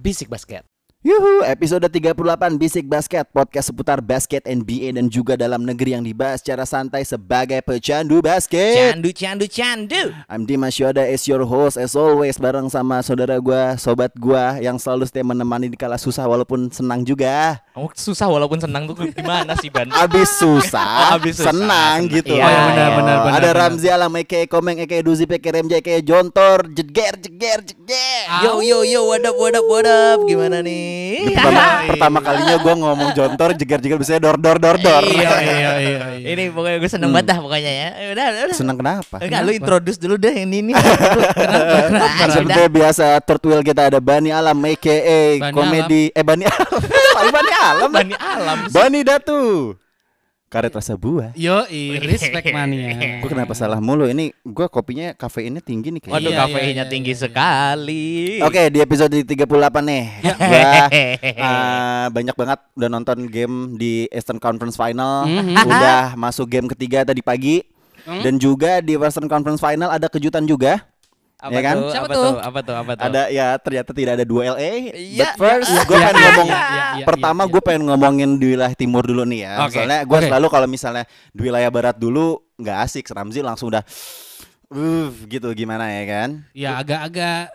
Bisik Basket. Yuhu, episode 38 Bisik Basket, podcast seputar basket NBA dan juga dalam negeri yang dibahas secara santai sebagai pecandu basket. Candu. I'm Dimas Yoda as your host as always, bareng sama saudara gua, sobat gua yang selalu setia menemani di kala susah walaupun senang juga. Oh, susah walaupun senang tuh gimana sih, Ban? Abis susah, Abis susah, senang gitu. Iya, benar. Ada Ramzi Alam, aka Komeng, aka Duzi, aka Remja, aka Jontor, jeger. Yo, what up? Gimana nih? Pertama kalinya gue ngomong Jontor, jeger biasanya dor. Iya. Ini pokoknya gue seneng banget dah pokoknya ya. Udah. Seneng kenapa? Enggak, lu introduce dulu deh yang ini. Kenapa? Seperti biasa, third wheel kita ada Bani Alam, aka komedi Bani Alam. Bani Alam. Bani Alam. Bani Datu. Karet rasa buah. Respect mania. Gue kenapa salah mulu? Ini gue kopinya kafeinnya tinggi nih Waduh, kayaknya. kafeinnya tinggi sekali. Oke, di episode 38 nih, gua banyak banget udah nonton game di Eastern Conference Final. Udah masuk game ketiga tadi pagi. Dan juga di Western Conference Final ada kejutan juga. Apa Ya kan? tuh? Siapa Apa tuh? Ada ya, ternyata tidak ada dua LA. Iya, But first gue pengen ngomong pertama gue pengen ngomongin di wilayah timur dulu nih ya. Oke. Soalnya gue selalu kalau misalnya di wilayah barat dulu nggak asik. Ramzi langsung udah gitu gimana ya kan? Ya agak-agak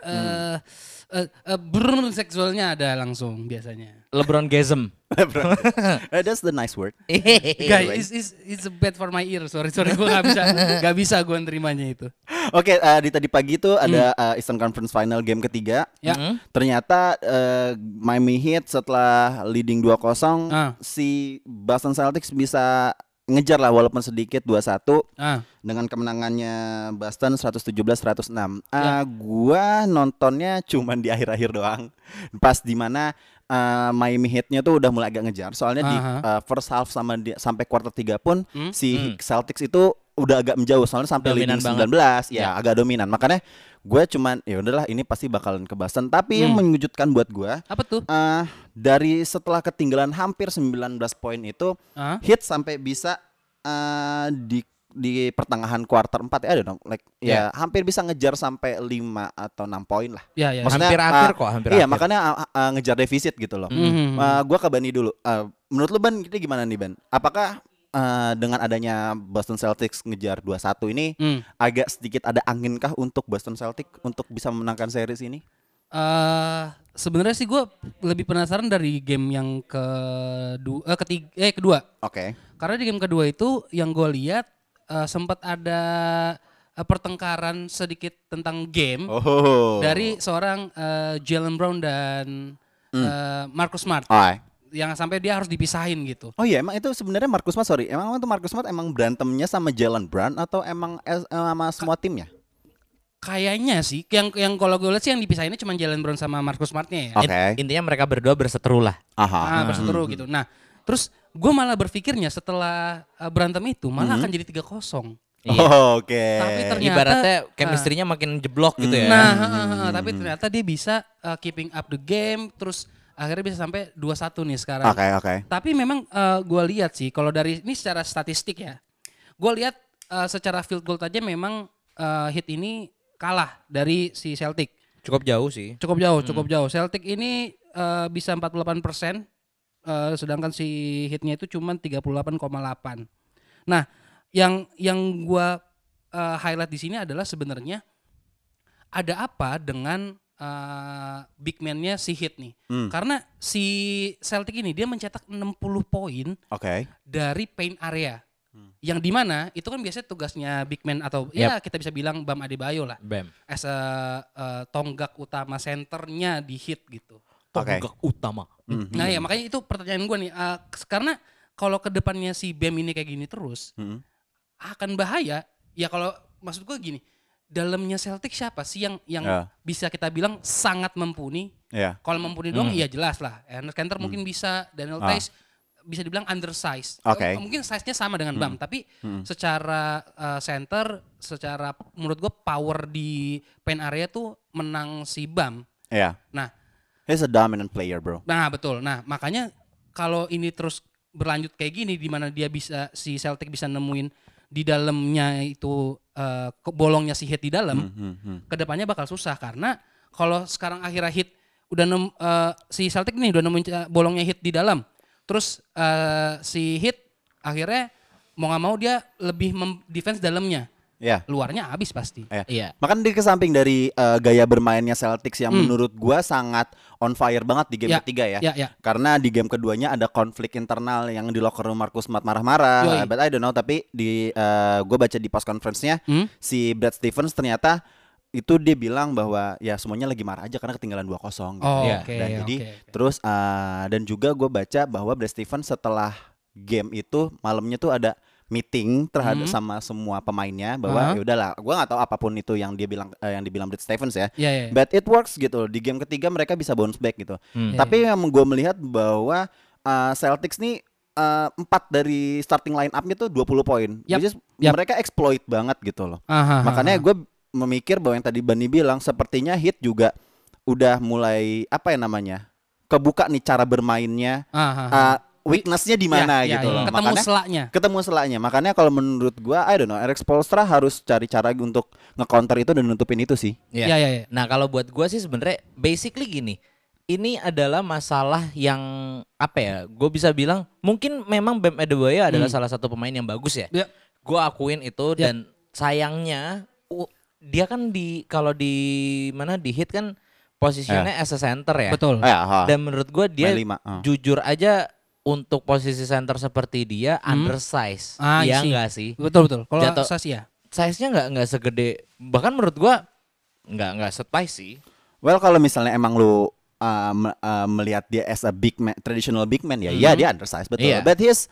seksualnya ada langsung biasanya. LeBron Gasm. That's the nice word. Guys, it's bad for my ear. Sorry, gue nggak bisa gue nerimanya itu. Oke, di tadi pagi tuh ada Eastern Conference Final game ketiga. Ya. Ternyata Miami Heat setelah leading 2-0 si Boston Celtics bisa ngejar lah walaupun sedikit 2-1 dengan kemenangannya Boston 117-106. Gua nontonnya cuman di akhir-akhir doang. Pas di mana Miami Heat-nya tuh udah mulai agak ngejar. Soalnya di first half sampai quarter 3 pun si Celtics itu udah agak menjauh, soalnya sampai Dominan leading 19 ya agak dominan. Makanya gue cuman ya udahlah ini pasti bakalan ke Boston. Tapi yang mengejutkan buat gue Apa tuh? dari setelah ketinggalan hampir 19 poin itu Heat sampai bisa di pertengahan quarter 4 ya ada dong ya hampir bisa ngejar sampai 5 atau 6 poin lah. Ya. Maksudnya, hampir iya akhir. makanya ngejar defisit gitu loh. Gua ke Bani dulu. Menurut lu Ban, ini gimana nih Ban? Apakah dengan adanya Boston Celtics ngejar 2-1 ini agak sedikit ada angin kah untuk Boston Celtics untuk bisa memenangkan series ini? Sebenarnya sih gue lebih penasaran dari game yang kedua. Oke. Karena di game kedua itu yang gue lihat sempat ada pertengkaran sedikit tentang game dari seorang Jaylen Brown dan Marcus Smart. Yang sampai dia harus dipisahin gitu. Oh iya, emang itu sebenarnya Marcus Smart, emang itu Marcus Smart emang berantemnya sama Jaylen Brown atau emang sama semua timnya? Kayaknya sih, yang kalau gue lihat sih yang dipisahinnya cuma Jaylen Brown sama Marcus Smartnya ya. Oke. Intinya mereka berdua berseteru lah. Berseteru gitu. Nah, terus gue malah berpikirnya setelah berantem itu malah akan jadi 3-0. Oke. Tapi ternyata ibaratnya chemistry-nya makin jeblok gitu ya. Tapi ternyata dia bisa keeping up the game, terus akhirnya bisa sampai 2-1 nih sekarang. Oke. Tapi memang gue lihat sih kalau dari ini secara statistik ya, gue lihat secara field goal aja memang Heat ini kalah dari si Celtic. Cukup jauh sih. Cukup jauh. Celtic ini bisa 48%, sedangkan si Heat-nya itu cuma 38,8. Nah, yang gue highlight di sini adalah sebenarnya ada apa dengan big man-nya si Heat nih. Karena si Celtic ini dia mencetak 60 poin dari paint area. Yang dimana itu kan biasanya tugasnya big man atau ya kita bisa bilang Bam Adebayo lah. As a tonggak utama centernya di Heat gitu. Tonggak utama. Nah ya makanya itu pertanyaan gue nih. Karena kalau kedepannya si Bam ini kayak gini terus akan bahaya. Ya kalau maksud gue gini. Dalamnya Celtic siapa sih yang bisa kita bilang sangat mumpuni? Kalau mumpuni doang iya jelas lah. Enes Kanter mungkin bisa, Daniel Theis bisa dibilang undersize. Mungkin size-nya sama dengan Bam, tapi secara center, secara menurut gue power di paint area tuh menang si Bam. Nah, he's a dominant player, bro. Nah, betul. Nah, makanya kalau ini terus berlanjut kayak gini di mana dia bisa si Celtic bisa nemuin di dalamnya itu bolongnya si Heat di dalam, kedepannya bakal susah karena kalau sekarang akhirnya Heat si Celtic nih udah nemuin bolongnya Heat di dalam. Terus si Heat akhirnya mau nggak mau dia lebih defense dalamnya. Ya. Luarnya habis pasti. Iya. Makan di kesamping dari gaya bermainnya Celtics yang menurut gua sangat on fire banget di game ketiga ya. Karena di game keduanya ada konflik internal yang di locker room Marcus Smart marah-marah. But I don't know, tapi di gua baca di post conference-nya si Brad Stevens ternyata itu dia bilang bahwa ya semuanya lagi marah aja karena ketinggalan 2-0 gitu. Terus dan juga gue baca bahwa Brad Stevens setelah game itu malamnya tuh ada meeting terhadap sama semua pemainnya bahwa ya udahlah, gue nggak tahu apapun itu yang dia bilang yang dibilang Brad Stevens ya. But it works gitu. Di game ketiga mereka bisa bounce back gitu. Tapi yang gue melihat bahwa Celtics nih 4 dari starting line up-nya tuh 20 poin. Mereka exploit banget gitu loh. Makanya gue memikir bahwa yang tadi Bani bilang sepertinya Heat juga udah mulai apa ya namanya kebuka nih cara bermainnya, weakness-nya di mana gitu loh. Ketemu selanya. Makanya kalau menurut gua I don't know, Erik Spoelstra harus cari cara untuk nge-counter itu dan nutupin itu sih. Iya. Nah, kalau buat gua sih sebenarnya basically gini. Ini adalah masalah yang apa ya? Gue bisa bilang mungkin memang Bam Adebayo adalah salah satu pemain yang bagus ya. Gua akuin itu dan sayangnya dia kan kalau di mana di Heat kan posisinya as a center ya. Betul. Dan menurut gue dia jujur aja untuk posisi center seperti dia undersize. Iya enggak sih? Betul. Kalau size ya. Size-nya enggak segede, bahkan menurut gue enggak size sih. Well, kalau misalnya emang lu melihat dia as a big man, traditional big man ya, dia undersize betul. But he's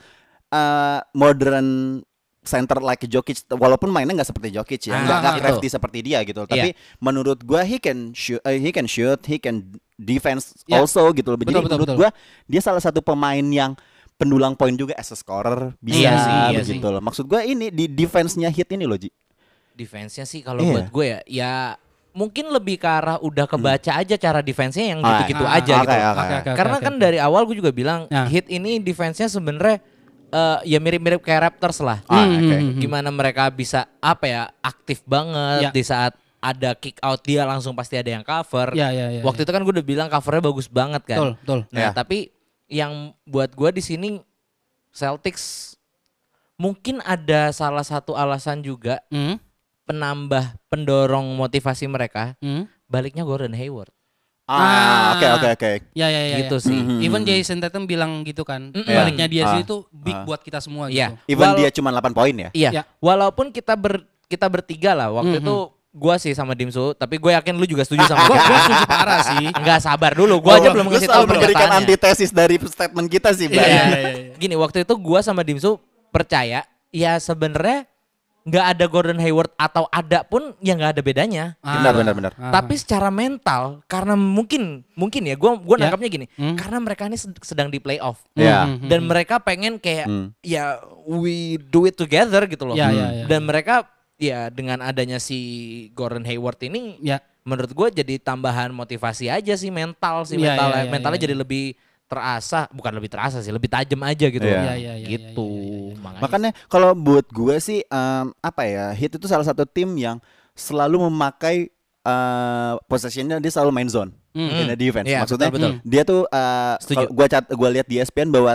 modern center like Jokic, walaupun mainnya nggak seperti Jokic ya, nggak crafty seperti dia gitu. Tapi menurut gua he can shoot, he can defense also gitu. Jadi menurut gua dia salah satu pemain yang pendulang poin juga as a scorer bisa begitu loh. Maksud gua ini di defense-nya Heat ini loh, Ji. Defense-nya sih kalau buat gue ya mungkin lebih ke arah udah kebaca aja cara defense-nya yang gitu-gitu aja gitu. Karena kan dari awal gue juga bilang Heat ini defense-nya sebenarnya ya mirip-mirip kayak Raptors lah. Gimana mereka bisa apa ya aktif banget di saat ada kick out dia langsung pasti ada yang cover. Waktu itu kan gue udah bilang covernya bagus banget kan. Betul. Nah tapi yang buat gue di sini Celtics mungkin ada salah satu alasan juga penambah pendorong motivasi mereka baliknya Gordon Hayward. Oke. Ya. Gitu sih. Even Jason Tatum bilang gitu kan. Baliknya dia sih itu big buat kita semua gitu. Even dia cuma 8 poin ya. Iya. Walaupun kita bertiga lah waktu itu gua sih sama Dimsu, tapi gue yakin lu juga setuju sama gue setuju parah sih. Enggak sabar dulu, gua aja belum ngasih tahu memberikan antitesis dari statement kita sih, Bang. Gini, waktu itu gua sama Dimsu percaya ya sebenarnya nggak ada Gordon Hayward atau ada pun ya nggak ada bedanya. Benar. Tapi secara mental karena mungkin ya gue nangkapnya gini, karena mereka ini sedang di playoff dan mereka pengen kayak ya we do it together gitu loh. Dan mereka ya dengan adanya si Gordon Hayward ini menurut gue jadi tambahan motivasi aja sih mentalnya jadi lebih bukan lebih terasa sih, lebih tajam aja gitu. Gitu. Makanya kalau buat gue sih apa ya, Heat itu salah satu tim yang selalu memakai possession-nya dia selalu main zone in the defense. Maksudnya betul. Dia tuh gue lihat di ESPN bahwa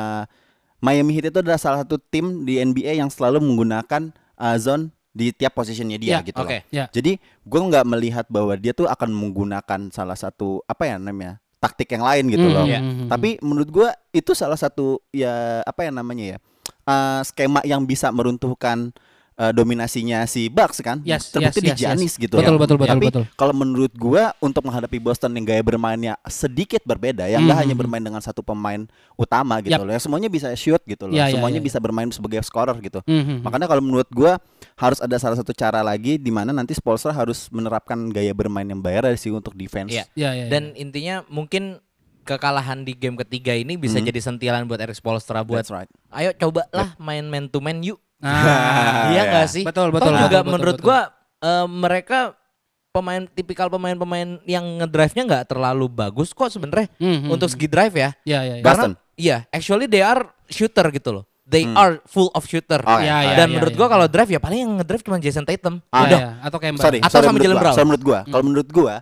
Miami Heat itu adalah salah satu tim di NBA yang selalu menggunakan zone di tiap posisinya dia gitu loh. Jadi gue nggak melihat bahwa dia tuh akan menggunakan salah satu apa ya namanya taktik yang lain gitu loh. Tapi menurut gue itu salah satu ya apa ya namanya ya skema yang bisa meruntuhkan dominasinya si Bucks kan. Terbukti di Giannis gitu. Betul. Tapi kalau menurut gue untuk menghadapi Boston yang gaya bermainnya sedikit berbeda, yang nggak hanya bermain dengan satu pemain utama gitu loh, yang semuanya bisa shoot gitu loh, semuanya bisa bermain sebagai scorer gitu. Makanya kalau menurut gue harus ada salah satu cara lagi di mana nanti Spoelstra harus menerapkan gaya bermain yang bayar sih untuk defense. Dan intinya mungkin kekalahan di game ketiga ini bisa jadi sentilan buat Erik Spoelstra buat ayo cobalah main man to man yuk. Iya nggak sih? Betul. Juga menurut gua mereka tipikal pemain-pemain yang ngedrive-nya nggak terlalu bagus kok sebenarnya untuk segi drive ya. Karena actually they are shooter gitu loh. They are full of shooter. Dan menurut gua kalau drive ya paling yang ngedrive cuma Jason Tatum. Atau Kemba. Atau sama Jalen Brown. Kalau menurut gua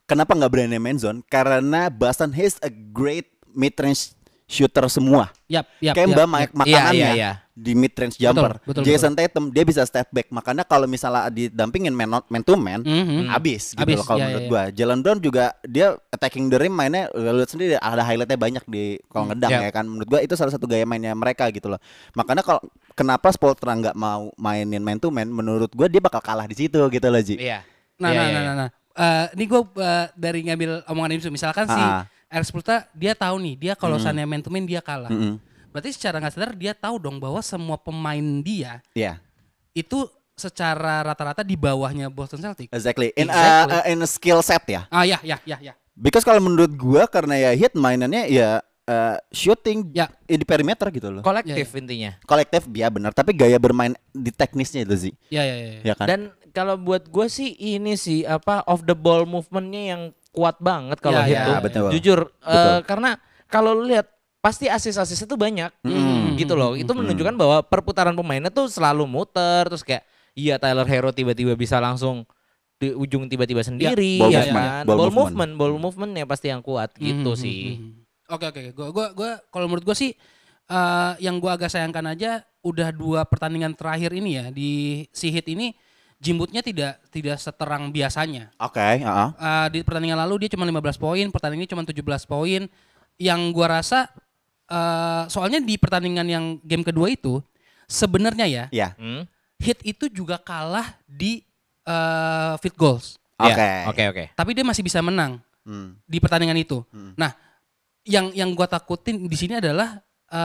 kenapa nggak berani main zone? Karena Boston has a great mid-range shooter semua. Kemba makanannya di mid-range jumper. Jason Tatum dia bisa step back. Makanya kalau misalnya didampingin man to man, habis gitu loh kalau menurut gua. Jalen Brown juga dia attacking the rim mainnya, lihat sendiri ada highlightnya banyak di kalau ngedang ya kan. Menurut gua itu salah satu gaya mainnya mereka gitu loh. Makanya kalau kenapa Spoelstra nggak mau mainin man to man, menurut gua dia bakal kalah di situ gitu loh, Ji. Nah. Ini gue dari ngambil omongan ini misalkan si Erik Spoelstra dia tahu nih, dia kalau misalnya man to man dia kalah. Berarti secara nggak sadar dia tahu dong bahwa semua pemain dia itu secara rata-rata di bawahnya Boston Celtics. Exactly. In a skill set ya. Ya. Because kalau menurut gua karena ya Heat mainannya ya shooting di perimeter gitu loh. Kolektif intinya. Kolektif ya benar, tapi gaya bermain di teknisnya itu sih. Ya kan? Dan kalau buat gua sih ini sih off the ball movementnya yang kuat banget kalau itu. Betul. Jujur karena kalau lu lihat pasti asis-asisnya tuh banyak gitu loh. Itu menunjukkan bahwa perputaran pemainnya tuh selalu muter terus kayak Tyler Hero tiba-tiba bisa langsung di ujung tiba-tiba sendiri kan. Ball movementnya pasti yang kuat gitu sih. Oke. Gua kalau menurut gua sih yang gua agak sayangkan aja udah 2 pertandingan terakhir ini ya di si Heat ini Jimbutnya tidak seterang biasanya. Di pertandingan lalu dia cuma 15 poin, pertandingan ini cuma 17 poin. Yang gua rasa soalnya di pertandingan yang game kedua itu sebenarnya Heat itu juga kalah di field goals. Oke. Tapi dia masih bisa menang di pertandingan itu. Nah, yang gua takutin di sini adalah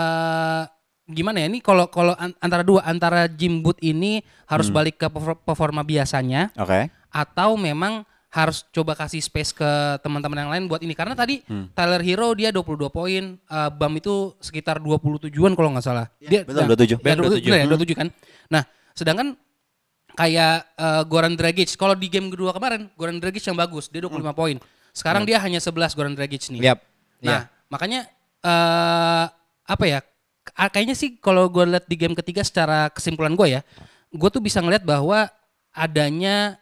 gimana ya, ini kalau antara Jimbut ini harus balik ke performa biasanya, atau memang harus coba kasih space ke teman-teman yang lain buat ini, karena tadi Tyler Hero dia 22 poin, Bam itu sekitar 27-an kalau nggak salah. Dia betul 27. 27 kan. Nah, sedangkan kayak Goran Dragic kalau di game kedua kemarin Goran Dragic yang bagus, dia 25 poin. Sekarang dia hanya 11 Goran Dragic nih. Nah, makanya kayaknya sih kalau gue lihat di game ketiga secara kesimpulan gue tuh bisa ngeliat bahwa adanya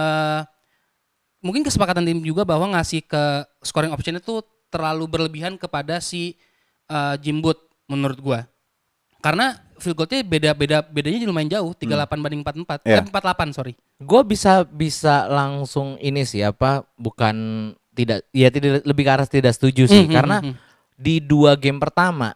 mungkin kesepakatan tim juga bahwa ngasih ke scoring option itu terlalu berlebihan kepada si Jimbut menurut gue. Karena field goalnya bedanya lumayan jauh, 38 banding 44, 48 sorry. Gue bisa langsung ini sih bukan tidak lebih ke arah tidak setuju sih, karena di 2 game pertama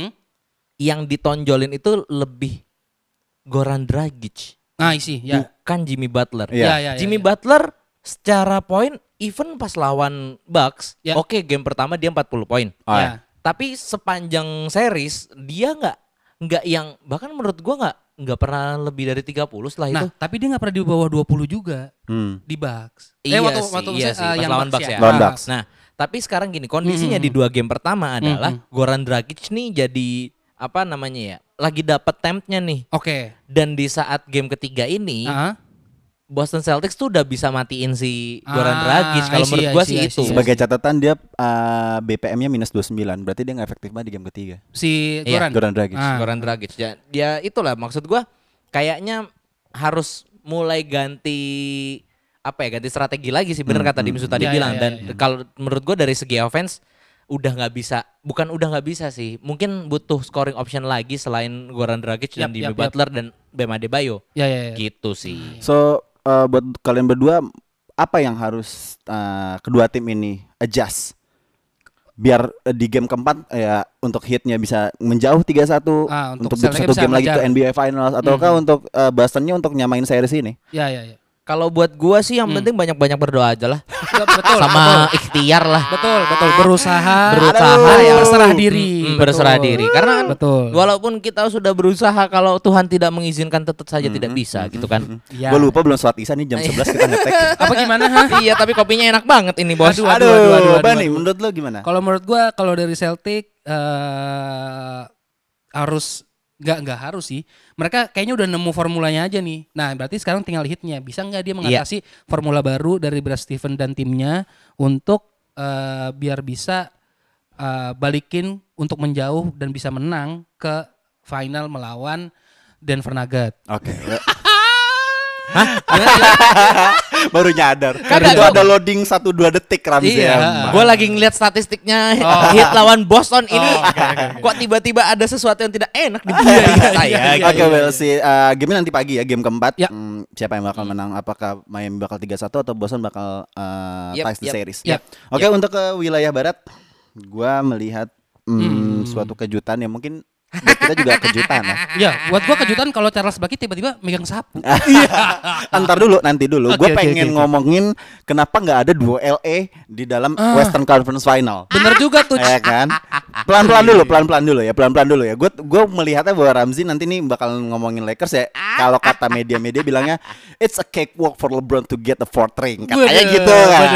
yang ditonjolin itu lebih Goran Dragic. Bukan Jimmy Butler. Jimmy Butler secara poin even pas lawan Bucks, game pertama dia 40 poin. Tapi sepanjang series dia nggak yang, bahkan menurut gua nggak pernah lebih dari 30 setelah itu. Nah, tapi dia nggak pernah di bawah 20 juga di Bucks. Waktu yang lawan Bucks ya. Bucks. Nah, tapi sekarang gini, kondisinya di 2 game pertama adalah Goran Dragic nih jadi lagi dapat tempnya nih. Dan di saat game ketiga ini Boston Celtics tuh udah bisa matiin si Goran Dragic. Kalau menurut gua sih itu. Sebagai catatan dia BPM-nya -29. Berarti dia gak efektif banget di game ketiga. Si Goran Dragic. Goran Dragic. Dia itulah maksud gua, kayaknya harus mulai ganti strategi lagi sih, bener kata Dimsu tadi bilang. Dan kalau menurut gua dari segi offense udah nggak bisa sih, mungkin butuh scoring option lagi selain Goran Dragic dan Jimmy Butler dan Bam Adebayo. Gitu sih. So buat kalian berdua, apa yang harus kedua tim ini adjust biar di game keempat untuk Heat-nya bisa menjauh 3-1, untuk satu game lagi ke NBA Finals, ataukah untuk Boston-nya untuk nyamain series ini? Kalau buat gua sih yang penting banyak-banyak berdoa aja lah. Betul. Sama ikhtiar lah. Betul. Berusaha ya. Berserah diri. Karena kan walaupun kita sudah berusaha, kalau Tuhan tidak mengizinkan tetap saja tidak bisa gitu kan. Gue lupa belum sholat isya nih, jam 11 kita ngetek. Apa gimana? Iya, tapi kopinya enak banget ini, Bos. Aduh. Bani, menurut lo gimana? Kalau menurut gua, kalau dari Celtic harus nggak harus sih. Mereka kayaknya udah nemu formulanya aja nih. Nah, berarti sekarang tinggal Heat-nya. Bisa nggak dia mengatasi formula baru dari Brad Stevens dan timnya untuk biar bisa balikin untuk menjauh dan bisa menang ke final melawan Denver Nuggets. Baru nyadar. Itu ada loading 1-2 detik Ramzi. Iya. Gue lagi ngeliat statistiknya hit lawan Boston ini. Kok tiba-tiba ada sesuatu yang tidak enak di saya. Oke, well game nanti pagi ya, game keempat. Siapa yang bakal menang? Apakah Miami bakal 3-1 atau Boston bakal ties the series? Oke, untuk ke wilayah barat, gue melihat suatu kejutan yang mungkin buat kita juga kejutan ya. Iya, buat gua kejutan kalau Charles Barkley tiba-tiba megang sapu. Nanti dulu. Gue pengen ngomongin kenapa nggak ada duo LA di dalam Western Conference Final. Bener juga tuh. Ya kan? Pelan-pelan dulu ya. Gue melihatnya bahwa Ramzi nanti nih bakal ngomongin Lakers ya. Kalau kata media-media bilangnya it's a cakewalk for LeBron to get the fourth ring. Katanya gitu kan.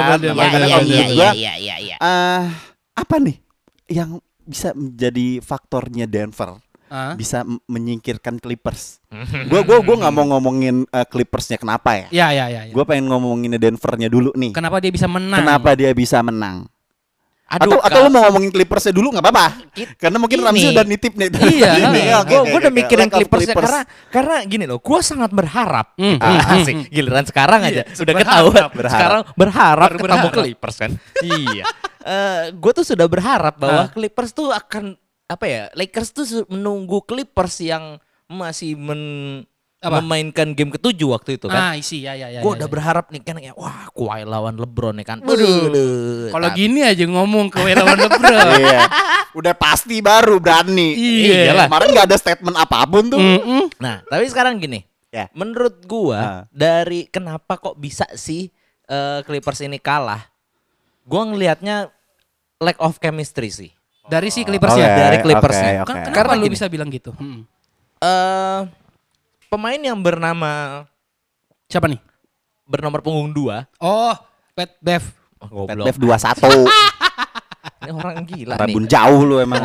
Iya. Apa nih yang bisa menjadi faktornya Denver bisa menyingkirkan Clippers? Gue nggak mau ngomongin Clippersnya kenapa ya. Iya. Gue pengen ngomongin Denvernya dulu nih. Kenapa dia bisa menang? Atau lu mau ngomongin Clippersnya dulu nggak apa-apa? Karena mungkin Ramzi udah nitip nih. Iya. Gue udah mikirin Clippersnya karena gini loh. Gue sangat berharap. Asik. Giliran sekarang aja sudah ketahuan. Sekarang berharap ketemu Clippers kan. Iya. Gue tuh sudah berharap bahwa Clippers tuh akan Lakers tuh menunggu Clippers yang masih memainkan game ke-7 waktu itu kan. Gue udah berharap nih kan wah Kawhi lawan LeBron ya kan. Kalau gini aja ngomong Kawhi lawan LeBron. Iya. Udah pasti baru berani. Iyalah. Kemarin nggak ada statement apapun tuh. Nah, tapi sekarang gini. Menurut gua dari kenapa kok bisa sih Clippers ini kalah? Gua ngelihatnya lack of chemistry sih. Dari si Clippersnya. Dari Clippersnya. Kenapa lu bisa bilang gitu? Pemain yang bernama siapa nih? Bernomor punggung 2. Oh, Pat Bev. Pat Bev 21. Ini orang gila Rabun nih. Jauh lu emang.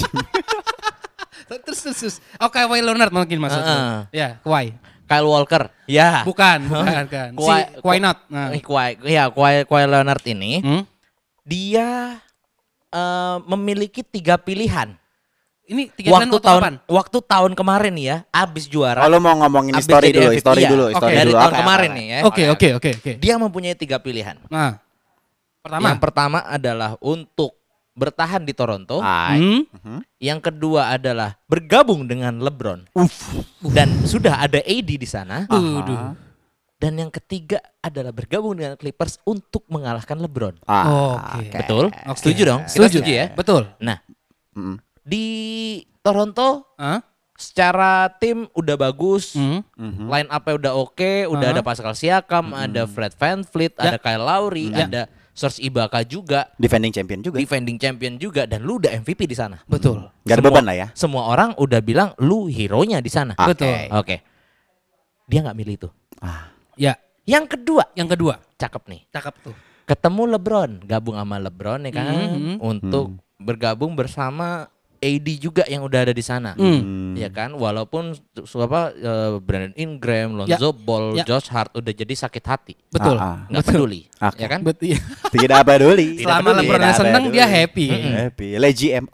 Terus. Oh, Kawhi Leonard mungkin maksudnya. Ya, Kawhi. Kyle Walker. Ya. Bukan. Kawhi not. Kawhi Leonard ini dia memiliki 3 pilihan. Ini 3 pilihan waktu tahun kemarin nih ya, abis juara. Kalau mau ngomongin story dulu. Dari tahun kemarin nih ya. Oke. Dia mempunyai 3 pilihan. Nah, yang pertama adalah untuk bertahan di Toronto. Yang kedua adalah bergabung dengan LeBron. Dan sudah ada AD di sana. Dan yang ketiga adalah bergabung dengan Clippers untuk mengalahkan LeBron. Betul? Setuju dong? Setuju ya? Betul. Nah, di Toronto secara tim udah bagus, line up-nya udah oke, udah ada Pascal Siakam, ada Fred VanVleet, ada Kyle Lowry, ada Serge Ibaka juga, defending champion juga, dan lu udah MVP di sana. Betul. Gak ada beban lah ya. Semua orang udah bilang lu hero-nya di sana. Betul. Oke. Dia nggak milih itu. Ya. Yang kedua, cakep nih. Cakep tuh. Ketemu LeBron, gabung sama LeBron ya kan, untuk bergabung bersama AD juga yang udah ada di sana, ya kan. Walaupun Brandon Ingram, Lonzo Ball, Josh Hart udah jadi sakit hati. Betul. Nggak peduli, ya kan? Tidak peduli. Selama LeBron seneng dia happy. Happy. GM.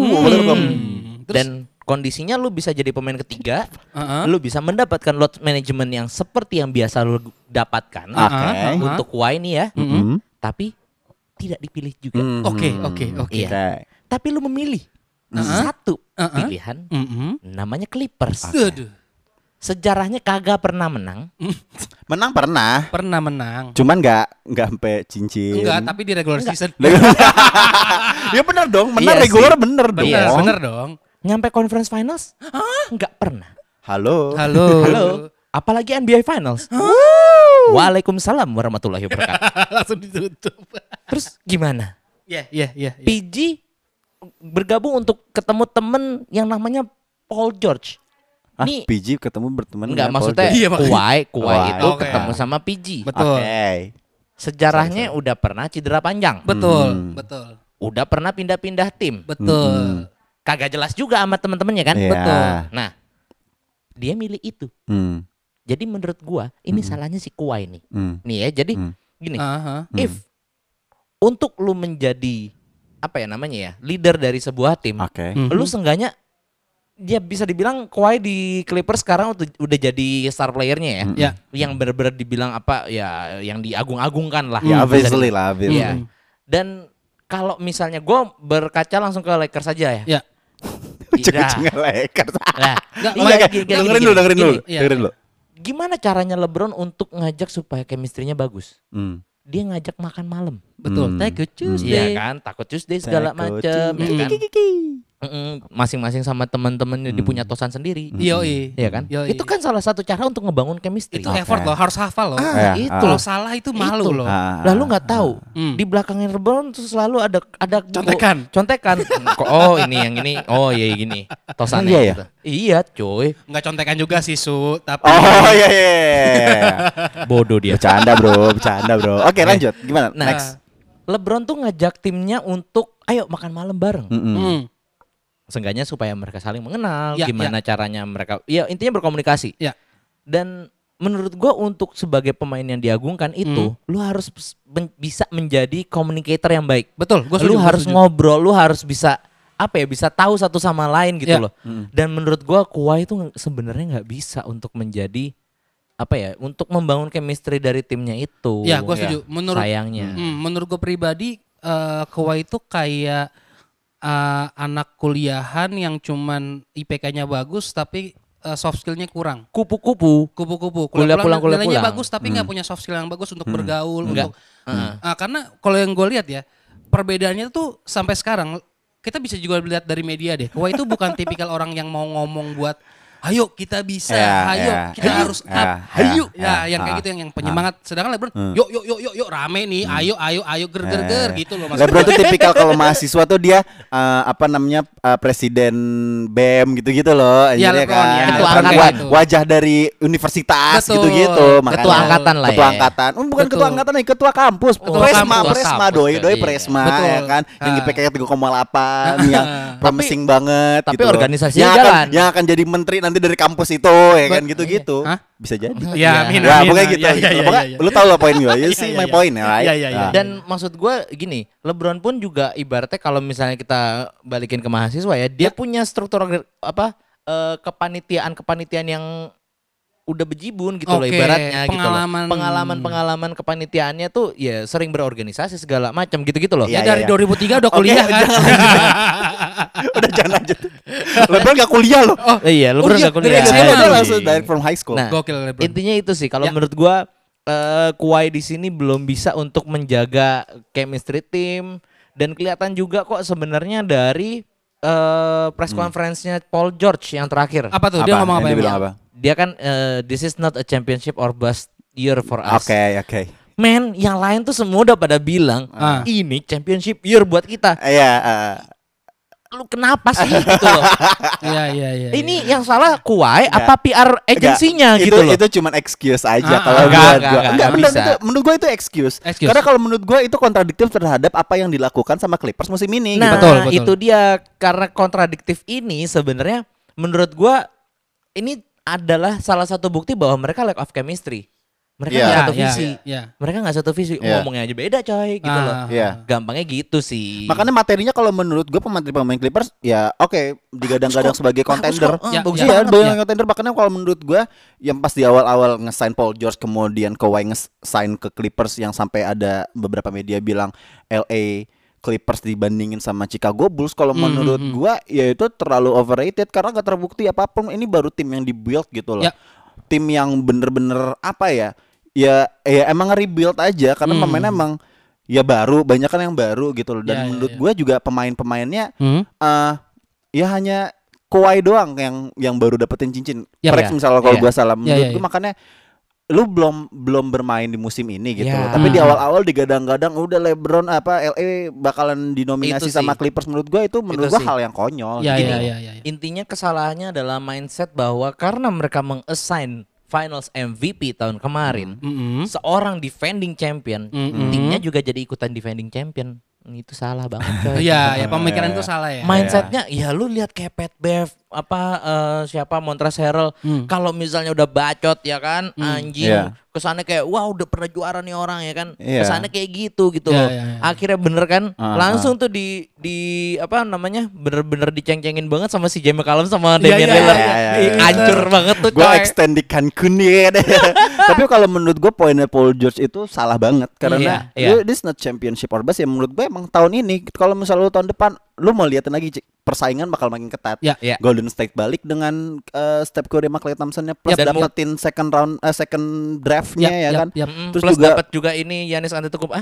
Dan kondisinya lu bisa jadi pemain ketiga, lu bisa mendapatkan load management yang seperti yang biasa lu dapatkan untuk Kawhi ini ya, tapi tidak dipilih juga. Oke. Tapi lu memilih satu pilihan, namanya Clippers. Sejarahnya kagak pernah menang. Menang pernah. Pernah menang. Cuman nggak sampai cincin. Enggak, tapi di regular season. Ya benar dong, menang regular bener dong. Bener dong. Nyampe conference finals? Nggak pernah. Halo. Apalagi NBA finals. Waalaikumsalam warahmatullahi wabarakatuh. Langsung ditutup. Terus gimana? Iya. PG bergabung untuk ketemu temen yang namanya Paul George. Nih, PG ketemu berteman enggak, maksudnya Kawhi itu ketemu sama PG. Betul. Sejarahnya udah pernah cedera panjang. Betul. Udah pernah pindah-pindah tim. Betul. Kagak jelas juga sama temen-temennya kan. Betul. Nah, dia milih itu. Jadi menurut gua ini salahnya si Kawhi nih. Nih ya, jadi gini. If untuk lu menjadi leader dari sebuah tim, lu seenggaknya dia bisa dibilang Kawhi di Clippers sekarang udah jadi star playernya ya. Yang benar-benar dibilang apa ya, yang diagung-agungkan lah. Ya obviously lah. Iya. Dan kalau misalnya gue berkaca langsung ke Lakers saja ya. Ya. Kucing-kucing Lakers. Dengerin dulu. Gimana caranya LeBron untuk ngajak supaya chemistry-nya bagus? Dia ngajak makan malam. Betul. Takut Tuesday. Iya kan, takut Tuesday segala macam. Ya kan? Masing-masing sama teman-temannya dia punya tosan sendiri. Iya kan? Itu kan salah satu cara untuk ngebangun chemistry. Itu effort loh, harus hafal loh. Itu Kalau salah itu malu loh. Lalu nggak tahu di belakangnya LeBron tuh selalu ada contekan. Oh ini yang ini. Oh iya gini. Tosannya gitu. Iya coy. Nggak contekan juga sih Su, tapi bodoh dia. Bercanda bro. Oke, lanjut. Gimana? Next. LeBron tuh ngajak timnya untuk ayo makan malam bareng. Seenggaknya supaya mereka saling mengenal, gimana caranya mereka, ya intinya berkomunikasi. Dan menurut gue untuk sebagai pemain yang diagungkan itu, lu harus bisa menjadi communicator yang baik. Betul, lu harus ngobrol, lu harus bisa bisa tahu satu sama lain gitu loh. Dan menurut gue Kawhi itu sebenarnya nggak bisa untuk menjadi untuk membangun chemistry dari timnya itu. Ya, gue setuju. Sayangnya. Menurut gue pribadi, Kawhi itu kayak anak kuliahan yang cuman IPK-nya bagus tapi soft skill-nya kurang. Kupu-kupu. Kuliah pulang. Nilainya bagus tapi nggak punya soft skill yang bagus untuk bergaul. Karena kalau yang gue lihat ya, perbedaannya tuh sampai sekarang kita bisa juga lihat dari media deh. Kawhi itu bukan tipikal orang yang mau ngomong buat ayo kita bisa, kita harus ayo, yang kayak gitu yang penyemangat. Sedangkan LeBron, yuk rame nih, ayo ger gitu loh. LeBron tuh tipikal kalau mahasiswa tuh dia presiden BEM gitu loh, kan wajah dari universitas gitu, ketua angkatan lah, ketua angkatan, bukan ketua angkatan nih, ketua kampus, presma doi presma ya kan, yang IPK 3,8, yang promising banget. Tapi organisasinya jalan, yang akan jadi menteri nanti dari kampus itu ya kan gitu-gitu. Bisa jadi. Ya, pokoknya gitu. Lu tahu lah poin gue. You see my point ya. Dan maksud gue gini, LeBron pun juga ibaratnya kalau misalnya kita balikin ke mahasiswa ya, dia punya struktur kepanitiaan yang udah bejibun gitu loh ibaratnya gitu loh. Pengalaman kepanitiaannya tuh ya sering berorganisasi segala macam gitu-gitu loh. Ya dari 2003 udah kuliah kan. Udah jangan lanjut. LeBron gak kuliah loh. Iya, LeBron gak kuliah. Dia langsung direct from high school. Nah, intinya itu sih kalau menurut gua Kawhi di sini belum bisa untuk menjaga chemistry tim, dan kelihatan juga kok sebenarnya dari press conference-nya Paul George yang terakhir. Apa tuh? Dia ngomong apa? Dia kan this is not a championship or bust year for us. Oke. Men, yang lain tuh semua udah pada bilang ini championship year buat kita. Lu kenapa sih gitu loh? Iya. Ini yang salah Kawhi apa PR agensinya gitu loh? Itu cuma excuse aja kalau menurut gue itu excuse. Karena kalau menurut gue itu kontradiktif terhadap apa yang dilakukan sama Clippers musim ini. Nah, betul. Itu dia, karena kontradiktif ini sebenarnya menurut gue ini adalah salah satu bukti bahwa mereka lack of chemistry. Mereka nggak satu visi, mereka nggak satu visi, ngomongnya aja beda coy, gitu loh. Gampangnya gitu sih. Makanya materinya kalau menurut gue pemain Clippers ya digadang-gadang sebagai contender. Contender. Makanya kalau menurut gue yang pas di awal-awal nge-sign Paul George, kemudian Kawhi nge-sign ke Clippers yang sampai ada beberapa media bilang LA Clippers dibandingin sama Chicago Bulls, kalau menurut gua ya itu terlalu overrated karena gak terbukti apapun. Ini baru tim yang dibuild gitu loh. Tim yang bener-bener ya emang rebuild aja karena pemainnya emang ya baru, banyak kan yang baru gitu loh. Dan menurut gua juga pemainnya ya hanya Kawhi doang yang baru dapetin cincin. Misalnya kalau gua salah, menurut gua makanya lu belum bermain di musim ini gitu loh. Tapi di awal-awal digadang-gadang udah LeBron LA bakalan dinominasi sama Clippers. Menurut gua itu hal yang konyol. Intinya kesalahannya adalah mindset bahwa karena mereka meng-assign Finals MVP tahun kemarin seorang defending champion, timnya juga jadi ikutan defending champion. Itu salah banget coy. Iya, pemikiran itu salah ya. Mindsetnya ya lu lihat kayak Pat Bev, siapa Montrezl Harrell, kalau misalnya udah bacot ya kan, anjing, kesannya kayak wah udah pernah juara nih orang ya kan. Kesannya kayak gitu loh. Akhirnya bener kan langsung tuh di apa namanya bener-bener diceng-cengin banget sama si Jamie McCallum sama Damian Lillard. Hancur banget tuh. Gue extend di Cancun ya. Tapi kalau menurut gue poinnya Paul George itu salah banget karena this not championship or bust ya. Menurut gue emang tahun ini kalau misalnya lu tahun depan lu mau liatin lagi persaingan bakal makin ketat. Golden State balik dengan Steph Curry sama Klay Thompson-nya plus dapetin second draft-nya ya kan. Terus plus juga dapat juga ini Giannis Antetokounmpo.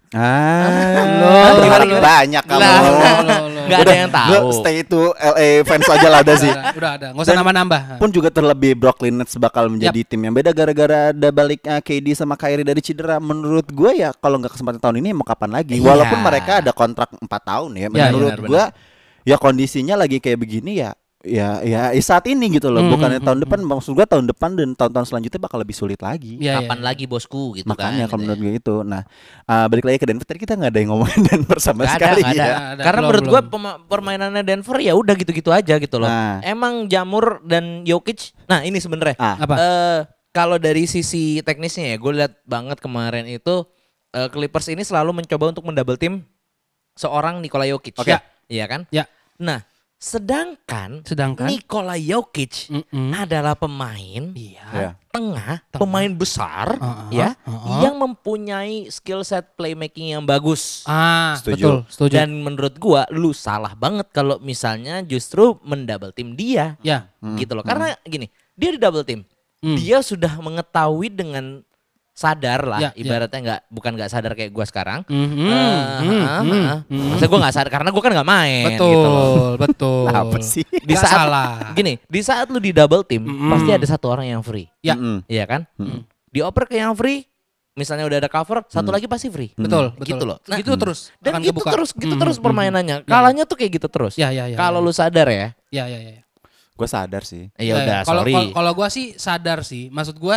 Banyak kamu. Gak ada yang tahu. Stay itu LA fans aja lah ada sih. Udah ada, nggak usah nambah-nambah. Pun juga terlebih Brooklyn Nets bakal menjadi tim yang beda gara-gara ada balik KD sama Kyrie dari cedera. Menurut gue ya kalau nggak kesempatan tahun ini mau kapan lagi? Walaupun mereka ada kontrak 4 tahun ya. Menurut gue ya kondisinya lagi kayak begini ya saat ini gitu loh. Bukannya tahun depan, maksud gue tahun depan dan tahun-tahun selanjutnya bakal lebih sulit lagi. Kapan lagi bosku gitu. Makanya kalau menurut gue itu. Nah balik lagi ke Denver, tadi kita nggak ada yang ngomongin Denver sama sekali ya. Karena menurut gue permainannya Denver ya udah gitu-gitu aja gitu loh. Emang Jamur dan Jokic. Nah ini sebenarnya kalau dari sisi teknisnya ya gue lihat banget kemarin itu Clippers ini selalu mencoba untuk mendouble team seorang Nikola Jokic. Iya kan? Nah Sedangkan Nikola Jokic adalah pemain tengah, pemain besar yang mempunyai skill set playmaking yang bagus. Setuju. Dan menurut gua lu salah banget kalau misalnya justru mendouble team dia. Gitu loh. Karena gini, dia di double team. Dia sudah mengetahui dengan sadar lah, ibaratnya bukan nggak sadar kayak gue sekarang. Maksudnya gue nggak sadar karena gue kan nggak main. Betul. Apa sih? Di saat gini, di saat lu di double team pasti ada satu orang yang free. Iya kan? Dioper ke yang free, misalnya udah ada cover, satu lagi pasti free. Betul. Gitu loh. Nah, gitu terus. Dan gitu terus permainannya. Kalanya tuh kayak gitu terus. Kalau lu sadar ya. Gue sadar sih. Ya udah, sorry. Kalau gue sih sadar sih. Maksud gue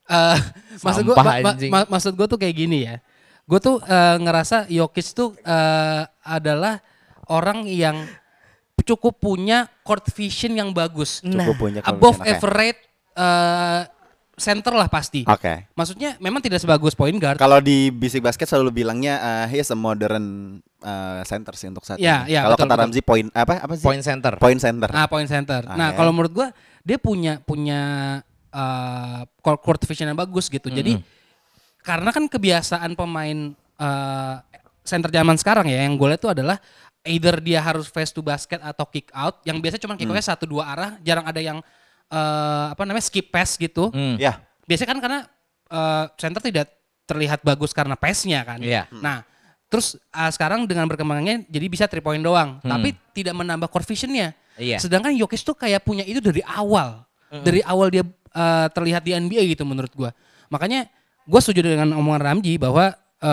maksud gue tuh kayak gini ya. Gue tuh ngerasa Jokic tuh adalah orang yang cukup punya court vision yang bagus. Above average center lah pasti. Maksudnya memang tidak sebagus point guard. Kalau di Basic Basket selalu bilangnya he is a modern center sih untuk saat ini. Kalau kata Ramzi point apa sih? Point center. Point center. Point center. Nah, kalau menurut gue dia punya court vision yang bagus gitu. Jadi karena kan kebiasaan pemain center zaman sekarang ya yang gue lihat tuh adalah either dia harus face to basket atau kick out. Yang biasa cuma kick outnya 1-2 arah, jarang ada yang skip pass gitu. Biasanya kan karena center tidak terlihat bagus karena pass-nya kan. Nah, terus sekarang dengan berkembangnya jadi bisa 3 point doang, tapi tidak menambah court vision-nya. Sedangkan Jokic tuh kayak punya itu dari awal. Dari awal dia terlihat di NBA gitu menurut gue. Makanya gue setuju dengan omongan Ramji bahwa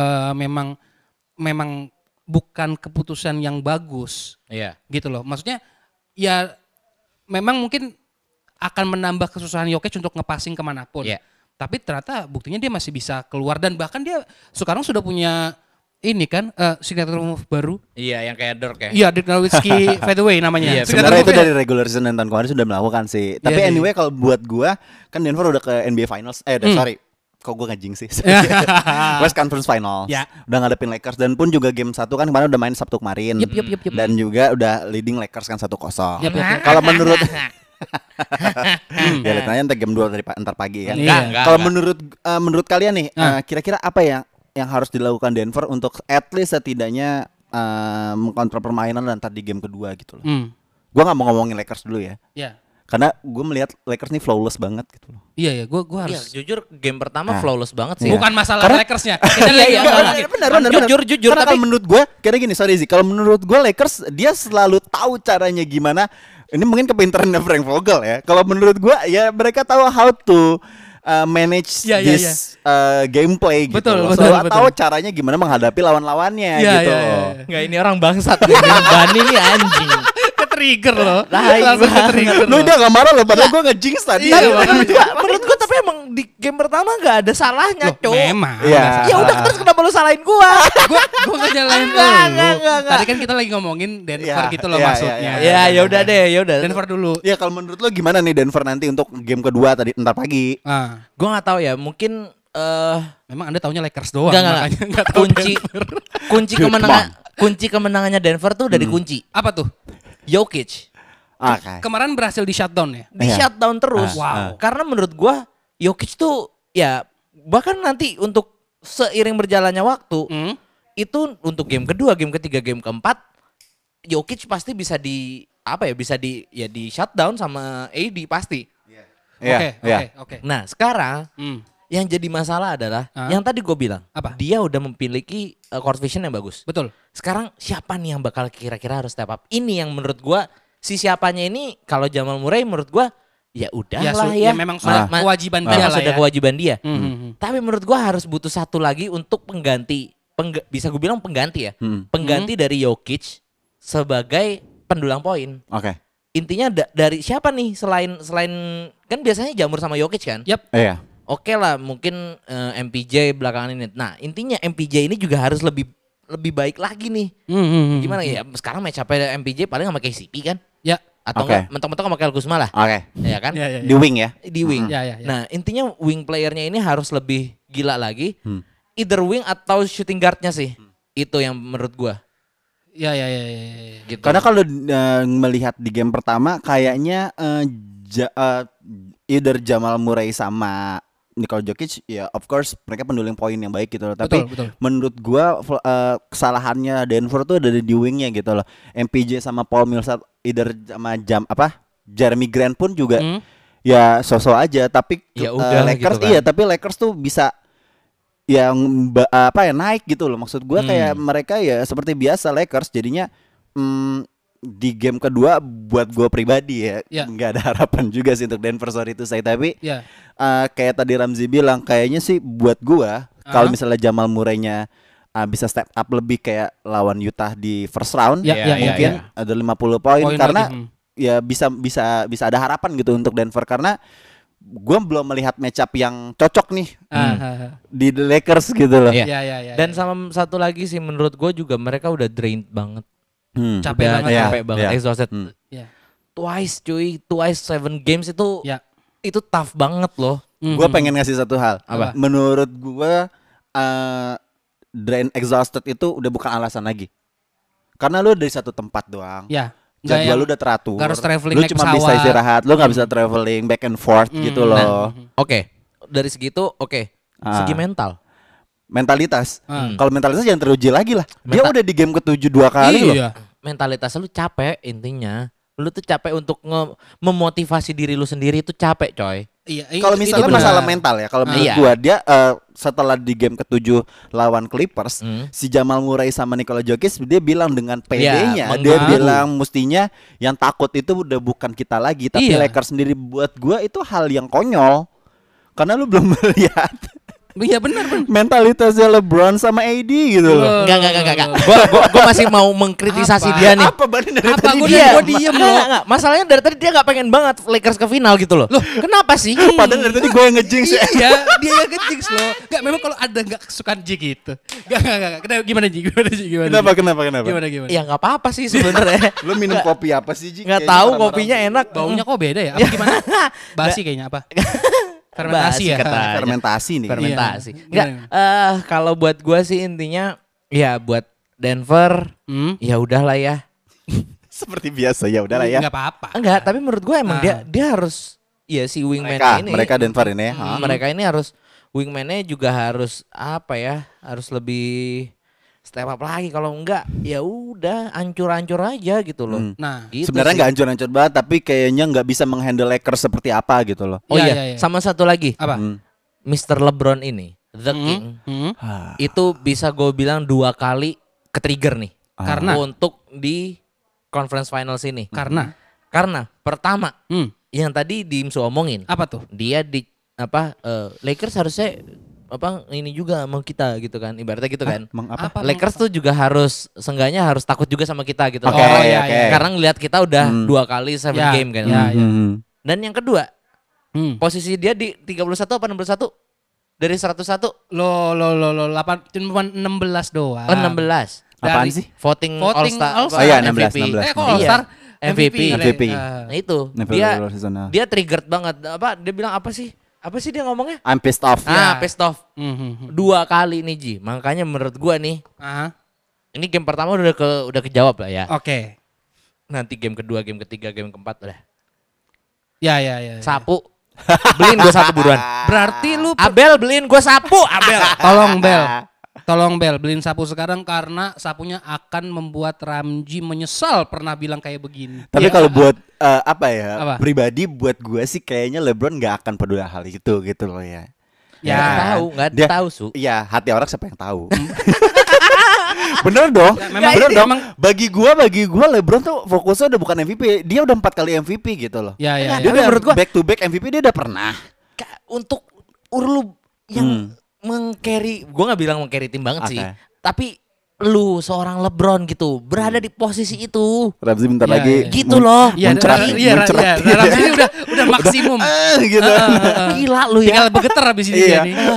memang bukan keputusan yang bagus. Gitu loh. Maksudnya ya memang mungkin akan menambah kesusahan Jokic untuk ngepassing kemanapun. Tapi ternyata buktinya dia masih bisa keluar dan bahkan dia sekarang sudah punya ini kan signature move baru. Yang kayak Dirk ya. Iya, Dirk Nowitzki fadeaway namanya. Sebenarnya itu dari regular season dan tahun kemarin sudah melakukan sih. Tapi anyway kalau buat gua kan Denver udah ke NBA Finals. Sorry. Kok gue ngajing sih. West Conference Finals. Udah ngadepin Lakers dan pun juga game 1 kan kemarin udah main Sabtu kemarin. Dan juga udah leading Lakers kan 1-0. Kalau menurut ya lihat aja game 2 ntar pagi kan. Kalau menurut kalian nih kira-kira apa yang harus dilakukan Denver untuk at least setidaknya mengkontrol permainan dan ntar di game kedua gitu loh. Gue gak mau ngomongin Lakers dulu ya. Karena gue melihat Lakers nih flawless banget gitu loh. Gue harus jujur game pertama flawless banget sih. Bukan masalah Lakersnya. Benar. Jujur. Karena kalau menurut gue, kayak gini, sorry Zi. Kalau menurut gue Lakers dia selalu tahu caranya gimana. Ini mungkin kepintarannya Frank Vogel ya. Kalau menurut gue ya mereka tahu how to manage this gameplay gitu. Betul. Tahu caranya gimana menghadapi lawan-lawannya gitu. Enggak, ini orang bangsat nih. Bani nih anjing. Trigger loh. Langsung trigger. Lu udah gak marah loh, padahal gue nge-jinx tadi. Menurut gue tapi emang di game pertama gak ada salahnya, Cok. Memang. Ya udah terus kenapa lu salahin gue? Gue ngejalanin lu. Tadi kan kita lagi ngomongin Denver gitu loh maksudnya. Ya udah deh, ya udah. Denver dulu. Ya kalau menurut lu gimana nih Denver nanti untuk game kedua tadi ntar pagi? Gue gak tahu ya, mungkin memang Anda taunya Lakers doang. Enggak. Kunci kemenangannya Denver tuh udah dikunci. Apa tuh? Jokic. Kemarin berhasil di shutdown ya? Di shutdown terus. Wow. Karena menurut gua Jokic tuh ya bahkan nanti untuk seiring berjalannya waktu itu untuk game kedua, game ketiga, game keempat Jokic pasti bisa di shutdown sama AD pasti. Oke. Nah, sekarang yang jadi masalah adalah yang tadi gue bilang, dia udah memiliki court vision yang bagus. Betul. Sekarang siapa nih yang bakal kira-kira harus step up? Ini yang menurut gue si siapanya ini kalau Jamal Murray menurut gue ya udahlah ya. Memang sudah kewajiban dia lah ya. Kewajiban dia. Tapi menurut gue harus butuh satu lagi untuk pengganti. Bisa gue bilang pengganti ya. Pengganti dari Jokic sebagai pendulang poin. Oke. Intinya dari siapa nih selain kan biasanya Jamur sama Jokic kan? Yap. Iya. Oke lah mungkin MPJ belakangan ini. Nah intinya MPJ ini juga harus lebih baik lagi nih. Gimana ya? Sekarang match up MPJ paling sama KCP kan? Ya. Atau enggak mentok-mentok sama Kyle Kuzma lah. Oke. Ya kan? Ya. Di wing ya? Di wing. Ya. Nah intinya wing playernya ini harus lebih gila lagi. Either wing atau shooting guardnya sih. Itu yang menurut gua. Ya. Gitu. Karena kalau melihat di game pertama kayaknya either Jamal Murray sama Nikola Jokic ya of course mereka pendulang poin yang baik gitu loh. Tapi betul. menurut gua kesalahannya Denver tuh ada di wingnya gitu loh. MPJ sama Paul Millsap either sama Jeremy Grant pun juga ya sosok aja. Tapi ya udah, Lakers gitu kan. tapi Lakers tuh bisa yang naik gitu loh. Maksud gua kayak mereka ya seperti biasa Lakers jadinya di game kedua buat gue pribadi ya nggak ada harapan juga sih untuk Denver sorry itu saya tapi kayak tadi Ramzi bilang kayaknya sih buat gue kalau misalnya Jamal Murray-nya bisa step up lebih kayak lawan Utah di first round mungkin ada 50 poin karena ya bisa ada harapan gitu untuk Denver karena gue belum melihat matchup yang cocok nih di The Lakers gitu loh. Dan sama satu lagi sih menurut gue juga mereka udah drained banget. Capek banget, exhausted. Twice 7 games itu tough banget loh. Gue pengen ngasih satu hal. Apa? Menurut gue drain exhausted itu udah bukan alasan lagi. Karena lu dari satu tempat doang. Jadwal lu udah teratur. Harus traveling lu cuma bisa istirahat, lu nggak bisa traveling back and forth gitu loh. Oke. Dari segitu segi mental. Mentalitas. Kalau mentalitas jangan teruji lagi lah. Dia udah di game ke-7 2 kali loh. Mentalitas lu capek intinya. Lu tuh capek untuk memotivasi diri lu sendiri itu capek coy. Kalau misalnya masalah mental ya, kalau menurut gua dia setelah di game ke-7 lawan Clippers, si Jamal Murray sama Nikola Jokic dia bilang dengan PD-nya, dia bilang mestinya yang takut itu udah bukan kita lagi, tapi Lakers sendiri. Buat gua itu hal yang konyol. Karena lu belum melihat. Iya benar. Mentalitasnya LeBron sama AD gitu loh. Enggak. Gua masih mau mengkritisasi dia nih. Apa dari tadi dia? Gua diem loh. Enggak. Masalahnya dari tadi dia enggak pengen banget Lakers ke final gitu loh. Loh, kenapa sih? Padahal dari tadi gue yang ngejinx ya. Iya, dia yang ngejinx loh. Enggak, memang kalau ada enggak kesukaan Jig gitu. Enggak. Gimana Jig? Kenapa? Gimana? Ya enggak apa-apa sih sebenarnya. Lu minum kopi apa sih Jig? Enggak tahu kopinya enak. Baunya kok beda ya? Apa gimana? Basi kayaknya apa? Fermentasi nih. Fermentasi. Enggak, kalau buat gua sih intinya ya buat Denver ya udahlah ya. Seperti biasa ya udahlah ya. Enggak apa-apa. Enggak, tapi menurut gua emang dia harus ya si wingman ini. Mereka Denver ini ya. Mereka ini harus wingman-nya juga harus harus lebih step up lagi, kalau enggak ya udah hancur-hancur aja gitu loh. Nah, gitu sebenarnya enggak hancur-hancur banget tapi kayaknya enggak bisa menghandle Lakers seperti apa gitu loh. Oh iya. Sama satu lagi. Apa? Mr. LeBron ini, The King. Itu bisa gue bilang 2 kali ke-trigger nih. Karena untuk di conference finals ini. Karena pertama, yang tadi Dimsu omongin. Apa tuh? Dia di Lakers harusnya ini juga mau kita gitu kan, ibaratnya gitu kan. Lakers tuh juga harus seenggaknya harus takut juga sama kita gitu. Karena ngelihat kita udah 2 kali 7 game kan. Dan yang kedua, posisi dia di 31 apa 61 dari 101. Lo 8 cuma 16 doang. 16. Apaan sih? Voting All Star. Oh iya 16. All Star MVP. MVP. Nah itu dia triggered banget. Dia bilang apa sih? Apa sih dia ngomongnya? I'm pissed off. Pissed off. 2 kali nih Ji. Makanya menurut gua nih. Ini game pertama udah kejawab lah ya. Oke. Nanti game kedua, game ketiga, game keempat udah. Ya. Sapu. Beliin gue sapu buruan. Berarti lu Abel beliin gue sapu, Abel. Tolong Bel beliin sapu sekarang karena sapunya akan membuat Ramji menyesal pernah bilang kayak begini. Tapi kalau buat pribadi buat gue sih kayaknya LeBron nggak akan peduli hal itu gitu loh ya. Ya, nggak tahu Su. Iya, hati orang siapa yang tahu. Bener dong. Bener dong. Bagi gua LeBron tuh fokusnya udah bukan MVP. Dia udah 4 kali MVP gitu loh. Iya. Dia udah menurut gua back to back MVP dia udah pernah. Untuk lu yang meng-carry, gua enggak bilang meng-carry tim banget sih. Tapi lu seorang LeBron gitu berada di posisi itu. Ramzi bentar lagi gitu loh. Muncrat. Ramzi udah maksimum gitu. Gila lu ya. Tinggal bergetar habis ini dia nih.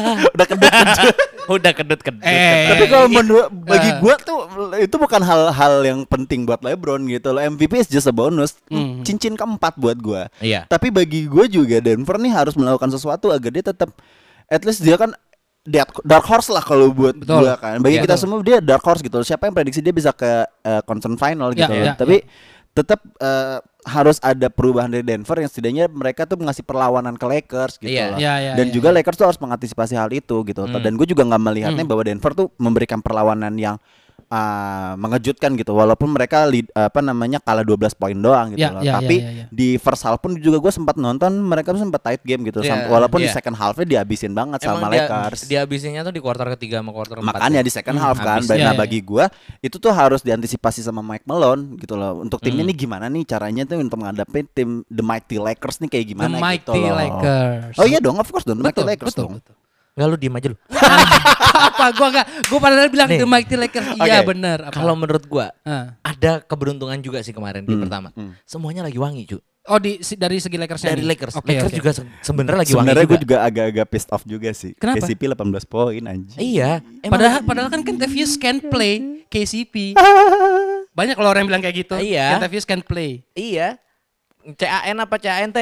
Udah kedut. Tapi kalau menurut bagi gua tuh itu bukan hal-hal yang penting buat LeBron gitu loh. MVP is just a bonus. Cincin keempat buat gua. Iya. Tapi bagi gua juga Denver nih harus melakukan sesuatu agar dia tetap at least dia kan dark horse lah kalau buat gua kan. Bagi kita semua dia dark horse gitu. Siapa yang prediksi dia bisa ke conference final gitu. Tapi tetap harus ada perubahan dari Denver yang setidaknya mereka tuh ngasih perlawanan ke Lakers gitu loh. Dan juga Lakers tuh harus mengantisipasi hal itu gitu. Dan gue juga nggak melihatnya bahwa Denver tuh memberikan perlawanan yang mengejutkan gitu, walaupun mereka kalah 12 poin doang gitu loh. Tapi di first half pun juga gue sempat nonton mereka tuh sempat tight game gitu, walaupun di second halfnya dihabisin banget sama Lakers. Dihabisinnya tuh di kuarter ketiga sama kuarter 4. Makanya di second half kan. Bagi gue itu tuh harus diantisipasi sama Mike Malone gitu loh. Untuk timnya nih gimana nih caranya tuh untuk menghadapi tim The Mighty Lakers nih kayak gimana gitu loh. Lakers. Oh iya dong, of course dong, The Mighty Lakers dong. Enggak, lu diem aja lu. Apa gua padahal bilang The Mighty Lakers. Iya benar. Kalau menurut gua ada keberuntungan juga sih kemarin di pertama. Semuanya lagi wangi, cu. Oh dari segi Lakersnya. Dari Lakers. Lakers juga sebenarnya lagi wangi. Sebenarnya gue juga agak-agak pissed off juga sih. Kenapa? KCP 18 poin anjing. Iya. Padahal kan Kentavious can play KCP. Banyak kalau orang yang bilang kayak gitu. Iya. Kentavious can play. Iya. CAN apa CANT?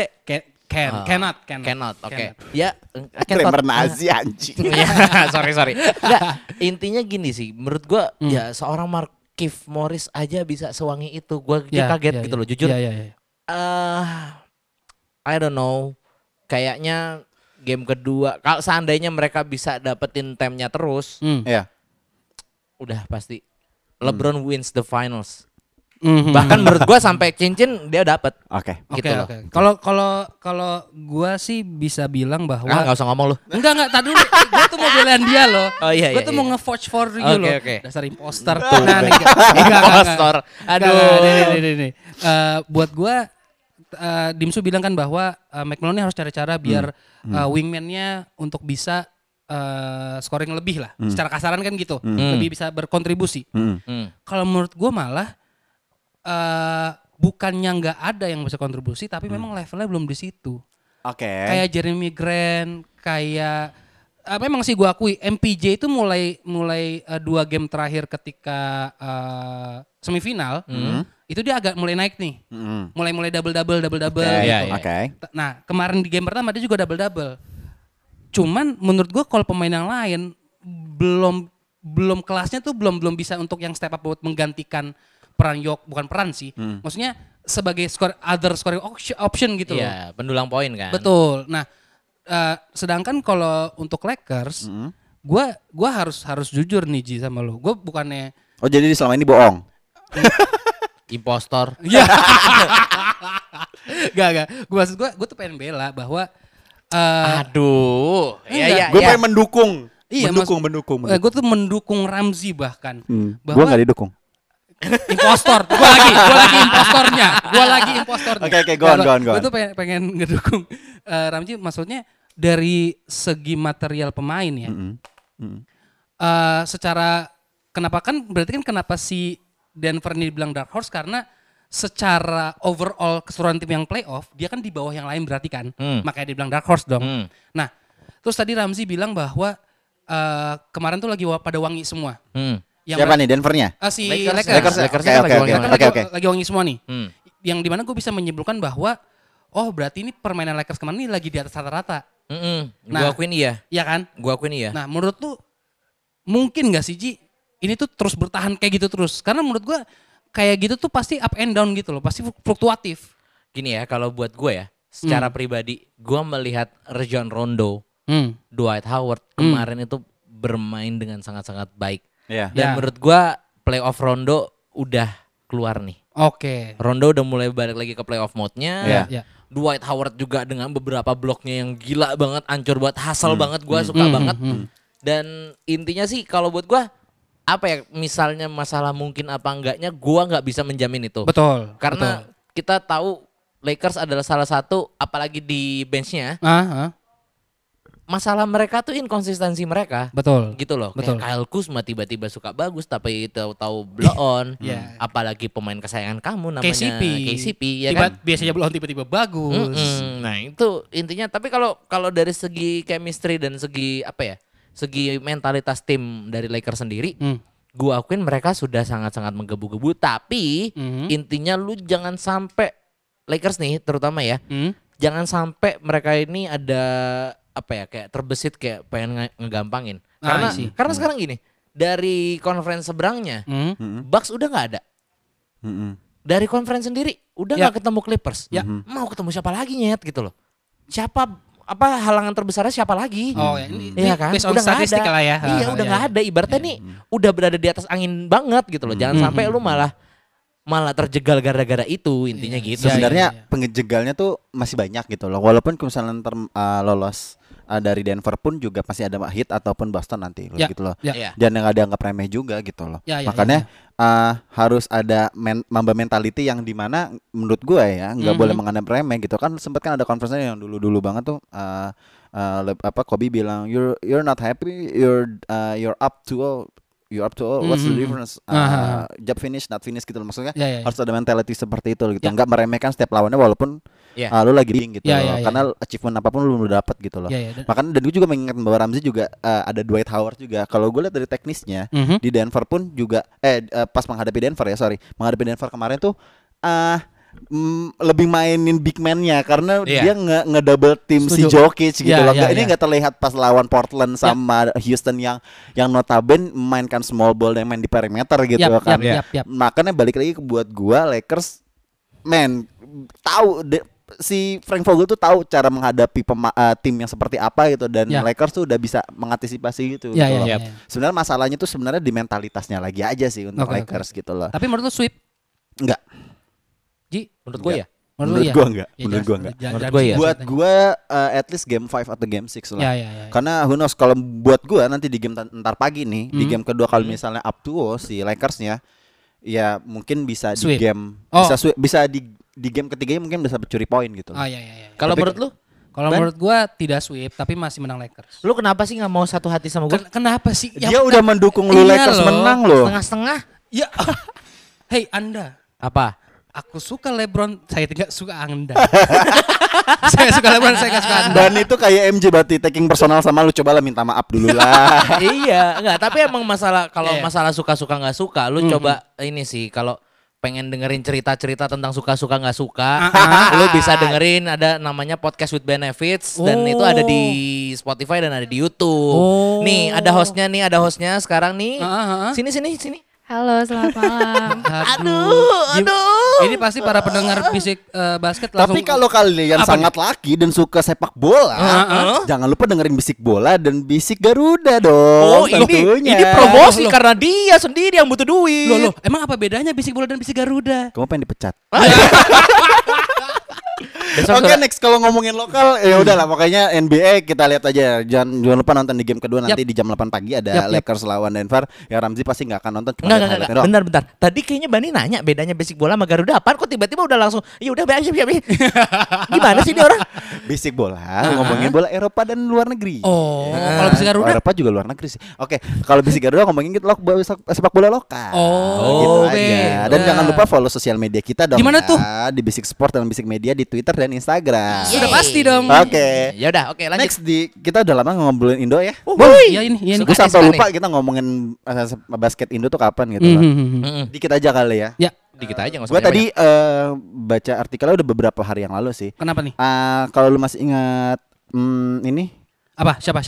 Cannot. Oke. Ya, Kramer Nazi anjing. sorry. Enggak, intinya gini sih. Menurut gua ya seorang Markieff Morris aja bisa sewangi itu. Gua kaget gitu loh, jujur. I don't know. Kayaknya game kedua kalau seandainya mereka bisa dapetin time-nya terus. Udah pasti LeBron wins the finals. Bahkan menurut gua sampai cincin dia dapat. Oke. Kalau gua sih bisa bilang bahwa enggak usah ngomong lu. Enggak, tadi dulu. Gua tuh mau belain dia loh. Oh iya. Gua tuh mau nge-vouch for you loh. Dasar imposter. Imposter. Aduh. Nih. Buat gua Dimsu bilang kan bahwa McMillan harus cari cara biar wingman-nya untuk bisa scoring lebih lah. Secara kasaran kan gitu. Lebih bisa berkontribusi. Kalau menurut gua malah bukannya nggak ada yang bisa kontribusi, tapi memang levelnya belum di situ. Kayak Jeremy Grant, kayak memang sih gue akui MPJ itu mulai 2 game terakhir ketika semifinal, itu dia agak mulai naik nih, mulai double gitu. Nah kemarin di game pertama dia juga double. Cuman menurut gue kalau pemain yang lain belum kelasnya tuh belum bisa untuk yang step up buat menggantikan peran bukan peran sih. Maksudnya sebagai other scoring option gitu loh. Iya, pendulang poin kan. Betul. Nah, sedangkan kalau untuk Lakers, gua harus jujur nih Ji sama lo. Gua bukannya jadi selama ini bohong. Impostor. Iya. Gak. Gua tuh pengen bela bahwa aduh. Iya. Gue pengen mendukung. Iya, mendukung. Gue tuh mendukung Ramzi bahkan. Gue gak didukung. Impostor, gue lagi impostornya. Oke, go on. Gue tuh pengen ngedukung Ramzi, maksudnya dari segi material pemain ya. Secara kenapa si Denver ini dibilang dark horse karena secara overall keseluruhan tim yang playoff dia kan di bawah yang lain berarti kan, makanya dibilang dark horse dong. Nah, terus tadi Ramzi bilang bahwa kemarin tuh lagi pada wangi semua. Siapa nih Denvernya? Si Lakers. Lagi wangi semua nih. Yang dimana gue bisa menyimpulkan bahwa berarti ini permainan Lakers kemarin ini lagi di atas rata-rata. Nah, gua akuin iya. Iya kan? Gua akuin iya. Nah, menurut lu mungkin gak sih Ji ini tuh terus bertahan kayak gitu terus? Karena menurut gua kayak gitu tuh pasti up and down gitu loh, pasti fluktuatif. Gini ya, kalau buat gue ya, secara pribadi, gue melihat Rajon Rondo, Dwight Howard kemarin itu bermain dengan sangat-sangat baik. Dan menurut gue playoff Rondo udah keluar nih. Oke. Rondo udah mulai balik lagi ke playoff mode-nya. Dwight Howard juga dengan beberapa bloknya yang gila banget, ancur buat hustle banget, gue suka banget. Dan intinya sih kalau buat gue, apa ya, misalnya masalah mungkin apa enggaknya, gue nggak bisa menjamin itu. Betul. Karena kita tahu Lakers adalah salah satu, apalagi di benchnya, masalah mereka tuh inkonsistensi mereka. Betul. Gitu loh. Betul. Kayak Kyle Kuzma tiba-tiba suka bagus tapi tahu-tahu blow on. Apalagi pemain kesayangan kamu namanya KCP ya kan. Biasanya blow on tiba-tiba bagus. Nah itu intinya. Tapi kalau dari segi chemistry dan segi apa ya, segi mentalitas tim dari Lakers sendiri, gua akuin mereka sudah sangat-sangat menggebu-gebu. Tapi intinya lu jangan sampai Lakers nih terutama ya, jangan sampai mereka ini ada apa ya, kayak terbesit kayak pengen ngegampangin. Karena sekarang gini, dari conference seberangnya, Bucks udah nggak ada. Dari conference sendiri udah nggak ketemu Clippers. Mau ketemu siapa lagi nyet gitu loh. Siapa apa halangan terbesarnya siapa lagi? Oh ya, ini kan? based on Udah nggak statistik ada. lah ya. Iya udah nggak ada. Ibaratnya nih udah berada di atas angin banget gitu loh. Jangan sampai lu malah terjegal gara-gara itu, intinya gitu. Sebenarnya pengejegalnya tuh masih banyak gitu loh. Walaupun misalnya lolos dari Denver pun juga pasti ada hit ataupun Boston nanti gitu loh. Dan yang ada anggap remeh juga gitu loh. Makanya harus ada mamba mentality yang dimana menurut gue ya nggak boleh menganggap remeh gitu kan. Sempat kan ada conference yang dulu banget tuh Kobe bilang you're not happy, you're up to what's the difference, job finish not finish gitu loh. Maksudnya harus ada mentality seperti itu gitu. Enggak meremehkan setiap lawannya walaupun lu lagi leading gitu loh. Karena achievement apapun lu dapat gitu loh. Makanya dan gue juga mengingat bahwa Ramzi juga ada Dwight Howard juga. Kalau gue lihat dari teknisnya di Denver pun juga pas menghadapi Denver kemarin tuh lebih mainin big man-nya karena dia nge-double team si Jokic gitu loh. Ini nggak terlihat pas lawan Portland sama Houston yang notabene memainkan small ball dan main di perimeter gitu kan. Makanya balik lagi buat gua Lakers tahu si Frank Vogel tuh tahu cara menghadapi tim yang seperti apa gitu dan Lakers tuh udah bisa mengantisipasi gitu. Sebenarnya masalahnya tuh sebenarnya di mentalitasnya lagi aja sih untuk Lakers gitu loh. Tapi menurut lu sweep? Enggak. Ji, menurut gue ya? Menurut gue enggak. Buat gue at least game 5 atau game 6 lah. Karena who knows kalau buat gue nanti di game ntar pagi nih, di game kedua kalau misalnya up 2 si Lakersnya ya mungkin bisa di game bisa di game ketiganya mungkin bisa curi poin gitu. Kalau menurut lu? Kalau menurut gue tidak sweep tapi masih menang Lakers. Lu kenapa sih nggak mau satu hati sama gue? Kenapa sih? Dia udah mendukung lu Lakers menang loh. Setengah-setengah. Ya. Hey Anda. Apa? Aku suka LeBron, saya tidak suka Anda. Saya suka LeBron, saya tidak suka Anda. Dan itu kayak MJ berarti taking personal sama lu, cobalah minta maaf dulu lah. Iya, enggak, tapi emang masalah suka-suka nggak suka, lu coba ini sih kalau pengen dengerin cerita-cerita tentang suka-suka nggak suka, lu bisa dengerin ada namanya Podcast with Benefits dan itu ada di Spotify dan ada di YouTube. Nih, ada hostnya sekarang nih. Sini. Halo, selamat malam. Ini pasti para pendengar bisik basket langsung. Tapi kalau kalian sangat laki dan suka sepak bola, jangan lupa dengerin bisik bola dan bisik Garuda dong. Oh, ini promosi karena dia sendiri yang butuh duit. Loh, emang apa bedanya bisik bola dan bisik Garuda? Kamu pengen dipecat? Oke, next kalau ngomongin lokal ya udahlah pokoknya NBA kita lihat aja. Jangan lupa nonton di game kedua nanti di jam 8 pagi ada Lakers lawan Denver. Ya Ramzi pasti nggak akan nonton cuma Bentar. Tadi kayaknya Bani nanya bedanya basic bola sama Garuda apaan, kok tiba-tiba udah langsung ya udah gimana sih dia orang? Basic bola ngomongin bola Eropa dan luar negeri. Kalau basic Garuda Eropa juga luar negeri sih. Oke, kalau basic Garuda ngomongin gitu sepak bola lokal. Gitu aja. Dan jangan lupa follow sosial media kita dong. Gimana tuh? Di Basic Sport dan Basic Media di Twitter dan Instagram. Sudah pasti dong. Oke. Ya udah, oke lanjut. Next kita udah lama ngobrolin Indo ya. Iya ini. Gue sampai lupa kita ngomongin basket Indo tuh kapan gitu loh. Dikit aja kali ya. Ya. Dikit aja. Gue tadi baca artikelnya udah beberapa hari yang lalu sih. Kenapa nih? Kalau lu masih ingat ini apa? Siapa?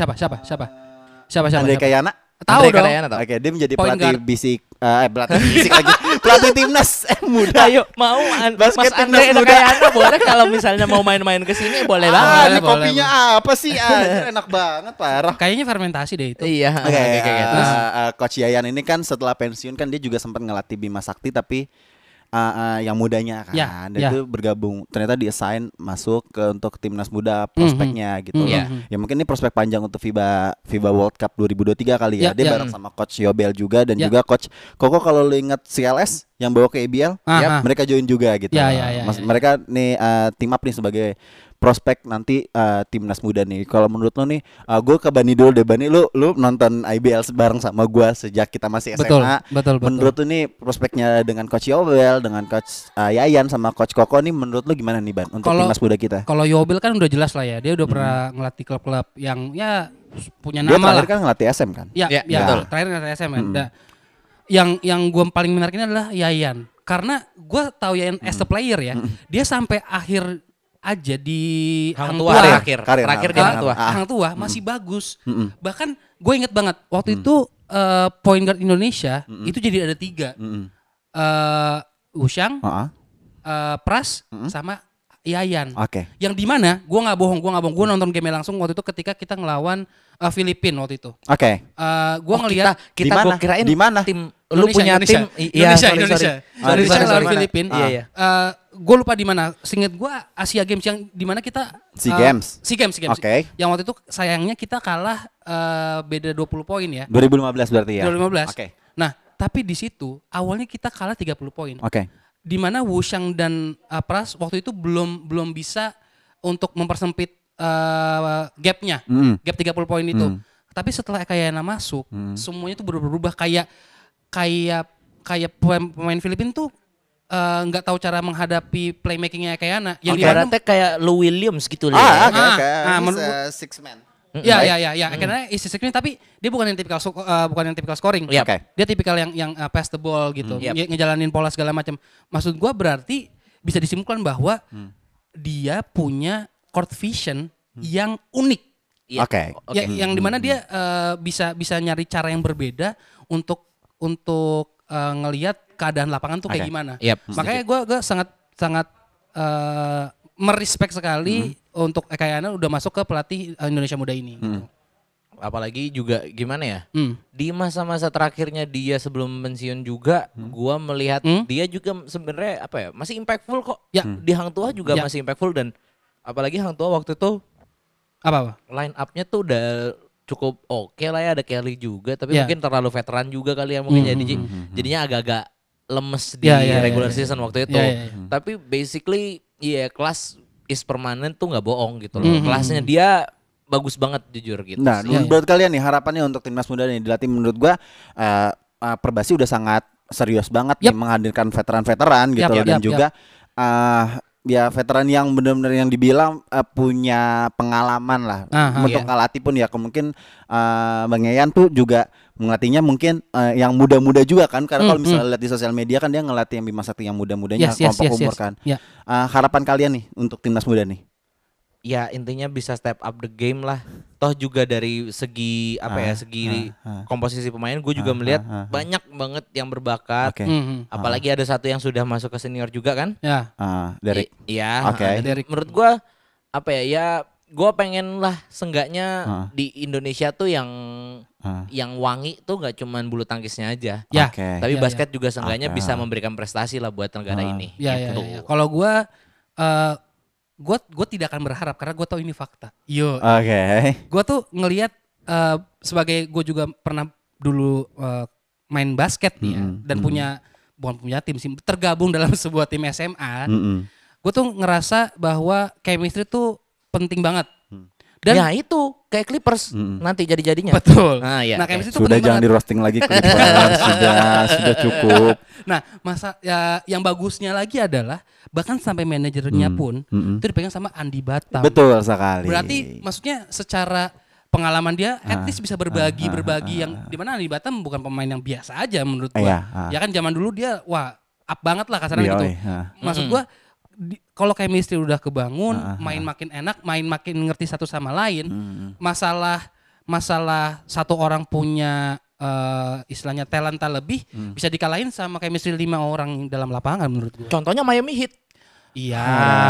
Andai Kayana. Tahu dong. Oke, dia menjadi pelatih bisik pelatih bisik lagi. Pelatih timnas muda. Ayo, mau Mas Andre Kayana boleh kalau misalnya mau main-main ke sini boleh banget. Ini kopinya apa sih? Enak banget, parah. Kayaknya fermentasi deh itu. Iya. Oke. Terus Coach Yayan ini kan setelah pensiun kan dia juga sempat ngelatih Bima Sakti tapi yang mudanya kan, dan itu bergabung ternyata di-assign masuk ke untuk timnas muda prospeknya gitu loh. Ya mungkin ini prospek panjang untuk FIBA World Cup 2023 kali ya. Dia bareng sama Coach Yobel juga dan juga Coach Koko kalau lu ingat CLS yang bawa ke EBL, mereka join juga gitu. Mereka nih team up nih sebagai prospek nanti timnas muda nih. Kalau menurut lo nih, gue ke Bani dulu deh. Bani, lu nonton IBL bareng sama gue sejak kita masih SMA. Betul. Menurut lu nih prospeknya dengan Coach Yobel, dengan Coach Yayan sama Coach Koko nih, menurut lu gimana nih Ban untuk timnas muda kita? Kalau Yobel kan udah jelas lah ya, dia udah pernah ngelatih klub-klub yang ya punya nama lah. Dia terakhir kan ngelatih SM kan? Ya, betul. Terakhir ngelatih SM kan. Yang gue paling menarik ini adalah Yayan, karena gue tahu Yayan as a player ya, dia sampai akhir aja di Hang Tua terakhir di Hang Tua masih bagus. Bahkan gue inget banget waktu itu point guard Indonesia itu jadi ada 3. Usyang, Pras sama Yayan. Yang di mana gue nggak bohong, gue nonton game langsung waktu itu ketika kita ngelawan Filipina waktu itu. Gue ngelihat kita kirain di mana tim lu punya tim Indonesia lawan Filipina. Gue lupa di mana. Seinget gue Asia Games yang di mana kita SEA Games. Yang waktu itu sayangnya kita kalah beda 20 poin ya. 2015 berarti ya. 2015. Nah, tapi di situ awalnya kita kalah 30 poin. Di mana Wushang dan Pras waktu itu belum bisa untuk mempersempit gapnya, gap 30 poin itu. Tapi setelah Kayana masuk, semuanya tuh berubah kayak pemain Filipina tuh nggak tahu cara menghadapi playmakingnya Kayana. Yang ibaratnya kayak Lou Williams gitu loh. Six man. Ya. Karena isi six man, tapi dia bukan yang tipikal scoring. Dia tipikal yang pass the ball gitu, ngejalanin pola segala macam. Maksud gua berarti bisa disimpulkan bahwa dia punya court vision yang unik. Yang dimana dia bisa nyari cara yang berbeda untuk ngelihat keadaan lapangan tuh kayak gimana. Makanya gue sangat merespek sekali untuk Kayana udah masuk ke pelatih Indonesia Muda ini. Gitu. Apalagi juga gimana ya, di masa-masa terakhirnya dia sebelum pensiun juga, gue melihat dia juga sebenarnya masih impactful kok. Di Hang Tua juga masih impactful, dan apalagi Hang Tua waktu itu line up-nya tuh udah cukup oke lah ya, ada Kelly juga, tapi mungkin terlalu veteran juga kali ya, mungkin jadinya agak-agak lemes di regular season waktu itu. Tapi basically kelas is permanent tuh nggak bohong gitu loh. Kelasnya dia bagus banget jujur gitu. Nah, menurut kalian nih harapannya untuk timnas muda nih dilatih, menurut gua Perbasi udah sangat serius banget nih menghadirkan veteran-veteran gitu loh, dan juga veteran yang benar-benar yang dibilang punya pengalaman lah untuk ngelatih pun ya. Mungkin Bang Yayan tuh juga ngelatihnya mungkin yang muda-muda juga kan, karena kalau misalnya lihat di sosial media kan dia ngelatih yang Bima Sakti yang muda-mudanya, kelompok umur kan. Harapan kalian nih untuk timnas muda nih? Ya intinya bisa step up the game lah. Toh juga dari segi segi komposisi pemain gue juga melihat banyak banget yang berbakat. Apalagi ada satu yang sudah masuk ke senior juga kan? Derek. Menurut gue gue pengen lah seenggaknya di Indonesia tuh yang wangi tuh nggak cuman bulu tangkisnya aja. Tapi basket juga seenggaknya bisa memberikan prestasi lah buat negara ini. Kalau gue tidak akan berharap karena gue tahu ini fakta. Gue tuh ngelihat sebagai gue juga pernah dulu main basket nih ya, dan bukan punya tim sih, tergabung dalam sebuah tim SMA. Gue tuh ngerasa bahwa chemistry tuh penting banget. Dan ya itu kayak Clippers nanti jadi-jadinya. Betul. Nah, chemistry itu sudah jangan di roasting lagi Clippers. sudah cukup. Nah, yang bagusnya lagi adalah bahkan sampai manajernya pun itu dipegang sama Andi Batam. Betul sekali. Berarti maksudnya secara pengalaman dia at least bisa berbagi yang dimana Andi Batam bukan pemain yang biasa aja menurut gua. Ya kan zaman dulu dia up banget lah kasarnya gitu. Maksud gua kalau chemistry udah kebangun, main makin enak, main makin ngerti satu sama lain. Masalah satu orang punya istilahnya talenta lebih bisa dikalahin sama chemistry 5 orang dalam lapangan menurut gue. Contohnya Miami Heat. Iya.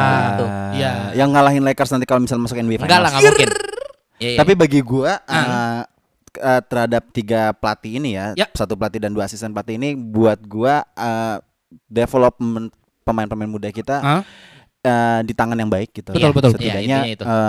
Iya. Yang ngalahin Lakers nanti kalau misalnya masuk NBA Finals. Enggak lah, enggak mungkin. Tapi bagi gua terhadap 3 pelatih ini ya, 1 pelatih dan 2 asisten pelatih ini buat gua development pemain-pemain muda kita di tangan yang baik gitu. Betul. Setidaknya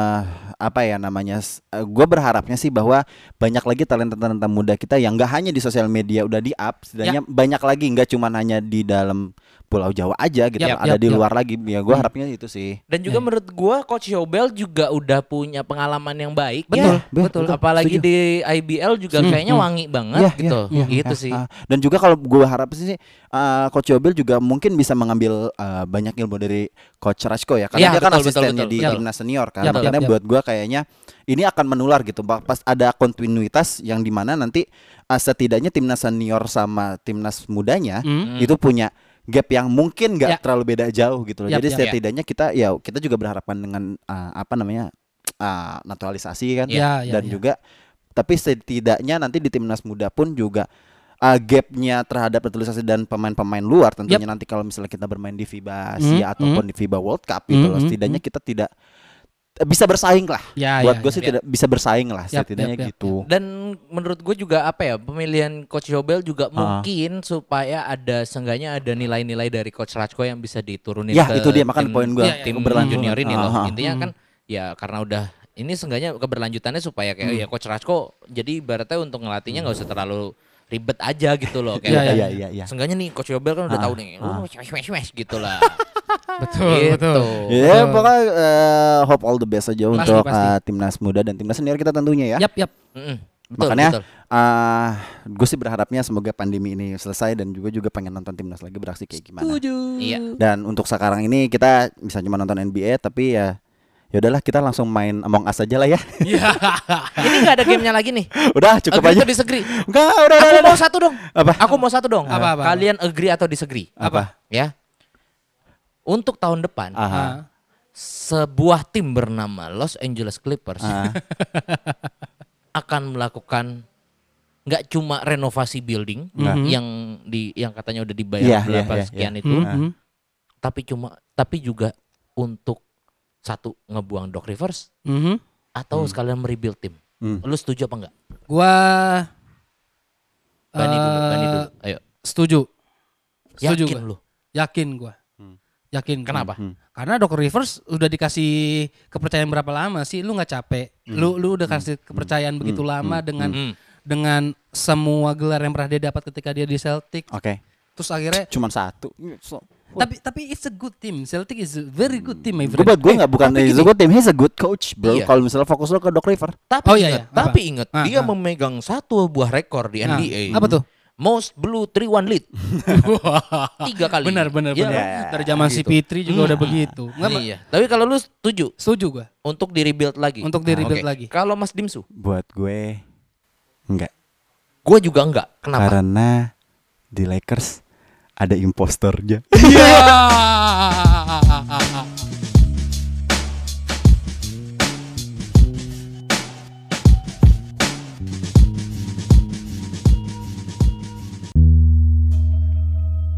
apa ya namanya? Gue berharapnya sih bahwa banyak lagi talenta-talenta muda kita yang nggak hanya di sosial media udah di up, setidaknya banyak lagi, nggak cuma hanya di dalam Pulau Jawa aja gitu, ada di luar lagi. Ya gue harapnya itu sih. Dan juga menurut gue Coach Yobel juga udah punya pengalaman yang baik. Betul. Apalagi di IBL juga kayaknya wangi banget gitu. Gitu sih. Dan juga kalau gue harap sih Coach Yobel juga mungkin bisa mengambil banyak ilmu dari Coach Rajko ya, karena dia kan asistennya di timnas senior kan. Makanya buat gue kayaknya ini akan menular gitu. Pas ada kontinuitas yang dimana nanti setidaknya timnas senior sama timnas mudanya itu punya gap yang mungkin nggak terlalu beda jauh gitu loh. Jadi setidaknya kita juga berharapan dengan naturalisasi kan dan juga tapi setidaknya nanti di timnas muda pun juga gapnya terhadap naturalisasi dan pemain-pemain luar tentunya nanti kalau misalnya kita bermain di FIBA Asia ataupun di FIBA World Cup gitu loh, setidaknya kita tidak bisa bersaing lah. Buat gue sih tidak bisa bersaing lah setidaknya gitu. Dan menurut gue juga pemilihan Coach Yobel juga mungkin supaya seenggaknya ada nilai-nilai dari Coach Rajko yang bisa diturunin ke itu dia makanya poin gue tim berlanjut junior ini loh. Intinya kan ya karena udah ini seenggaknya keberlanjutannya supaya kayak ya Coach Rajko jadi ibaratnya untuk ngelatihnya nggak usah terlalu ribet aja gitu loh kayak seenggaknya nih Coach Yobel kan udah tahu nih smash gitu lah. Betul. Ya pokoknya hope all the best aja untuk timnas muda dan timnas senior kita tentunya ya. Yap. Makanya gue sih berharapnya semoga pandemi ini selesai dan juga pengen nonton timnas lagi beraksi kayak gimana. Setuju. Iya. Dan untuk sekarang ini kita bisa cuma nonton NBA tapi ya udahlah kita langsung main Among Us aja lah ya. Iya. Ini nggak ada gamenya lagi nih. Udah cukup agree aja. Atau disagree? Enggak, udah. Aku mau satu dong. Apa? Aku mau satu dong. Apa? Kalian agree atau disagree? Apa? Ya. Untuk tahun depan, sebuah tim bernama Los Angeles Clippers akan melakukan nggak cuma renovasi building yang katanya udah dibayar berapa sekian itu, tapi juga untuk satu ngebuang Doc Rivers atau sekalian merebuild tim. Lu setuju apa enggak? Gua Bani dulu. Ayo. Setuju. Yakin lu? Yakin gua. Yakin. Kenapa? Karena Doc Rivers udah dikasih kepercayaan berapa lama sih? Lu nggak capek? Lu udah kasih kepercayaan begitu lama dengan semua gelar yang pernah dia dapat ketika dia di Celtic. Oke. Terus akhirnya cuma satu. Tapi it's a good team. Celtic is a very good team, my friend. Gue nggak bukan it's a good team, he's a good coach, bro. Kalau misalnya fokus lo ke Doc Rivers. Tapi ingat, dia memegang satu buah rekor di NBA. Apa tuh? Most blue 3-1 lead. 3 kali. Benar. Ya, dari zaman si Pitri juga udah begitu. Iya. Tapi kalau lu setuju? Setuju gua. Untuk di rebuild lagi. Lagi. Kalau Mas Dimsu? Buat gue enggak. Gue juga enggak. Kenapa? Karena di Lakers ada impostornya. Iya.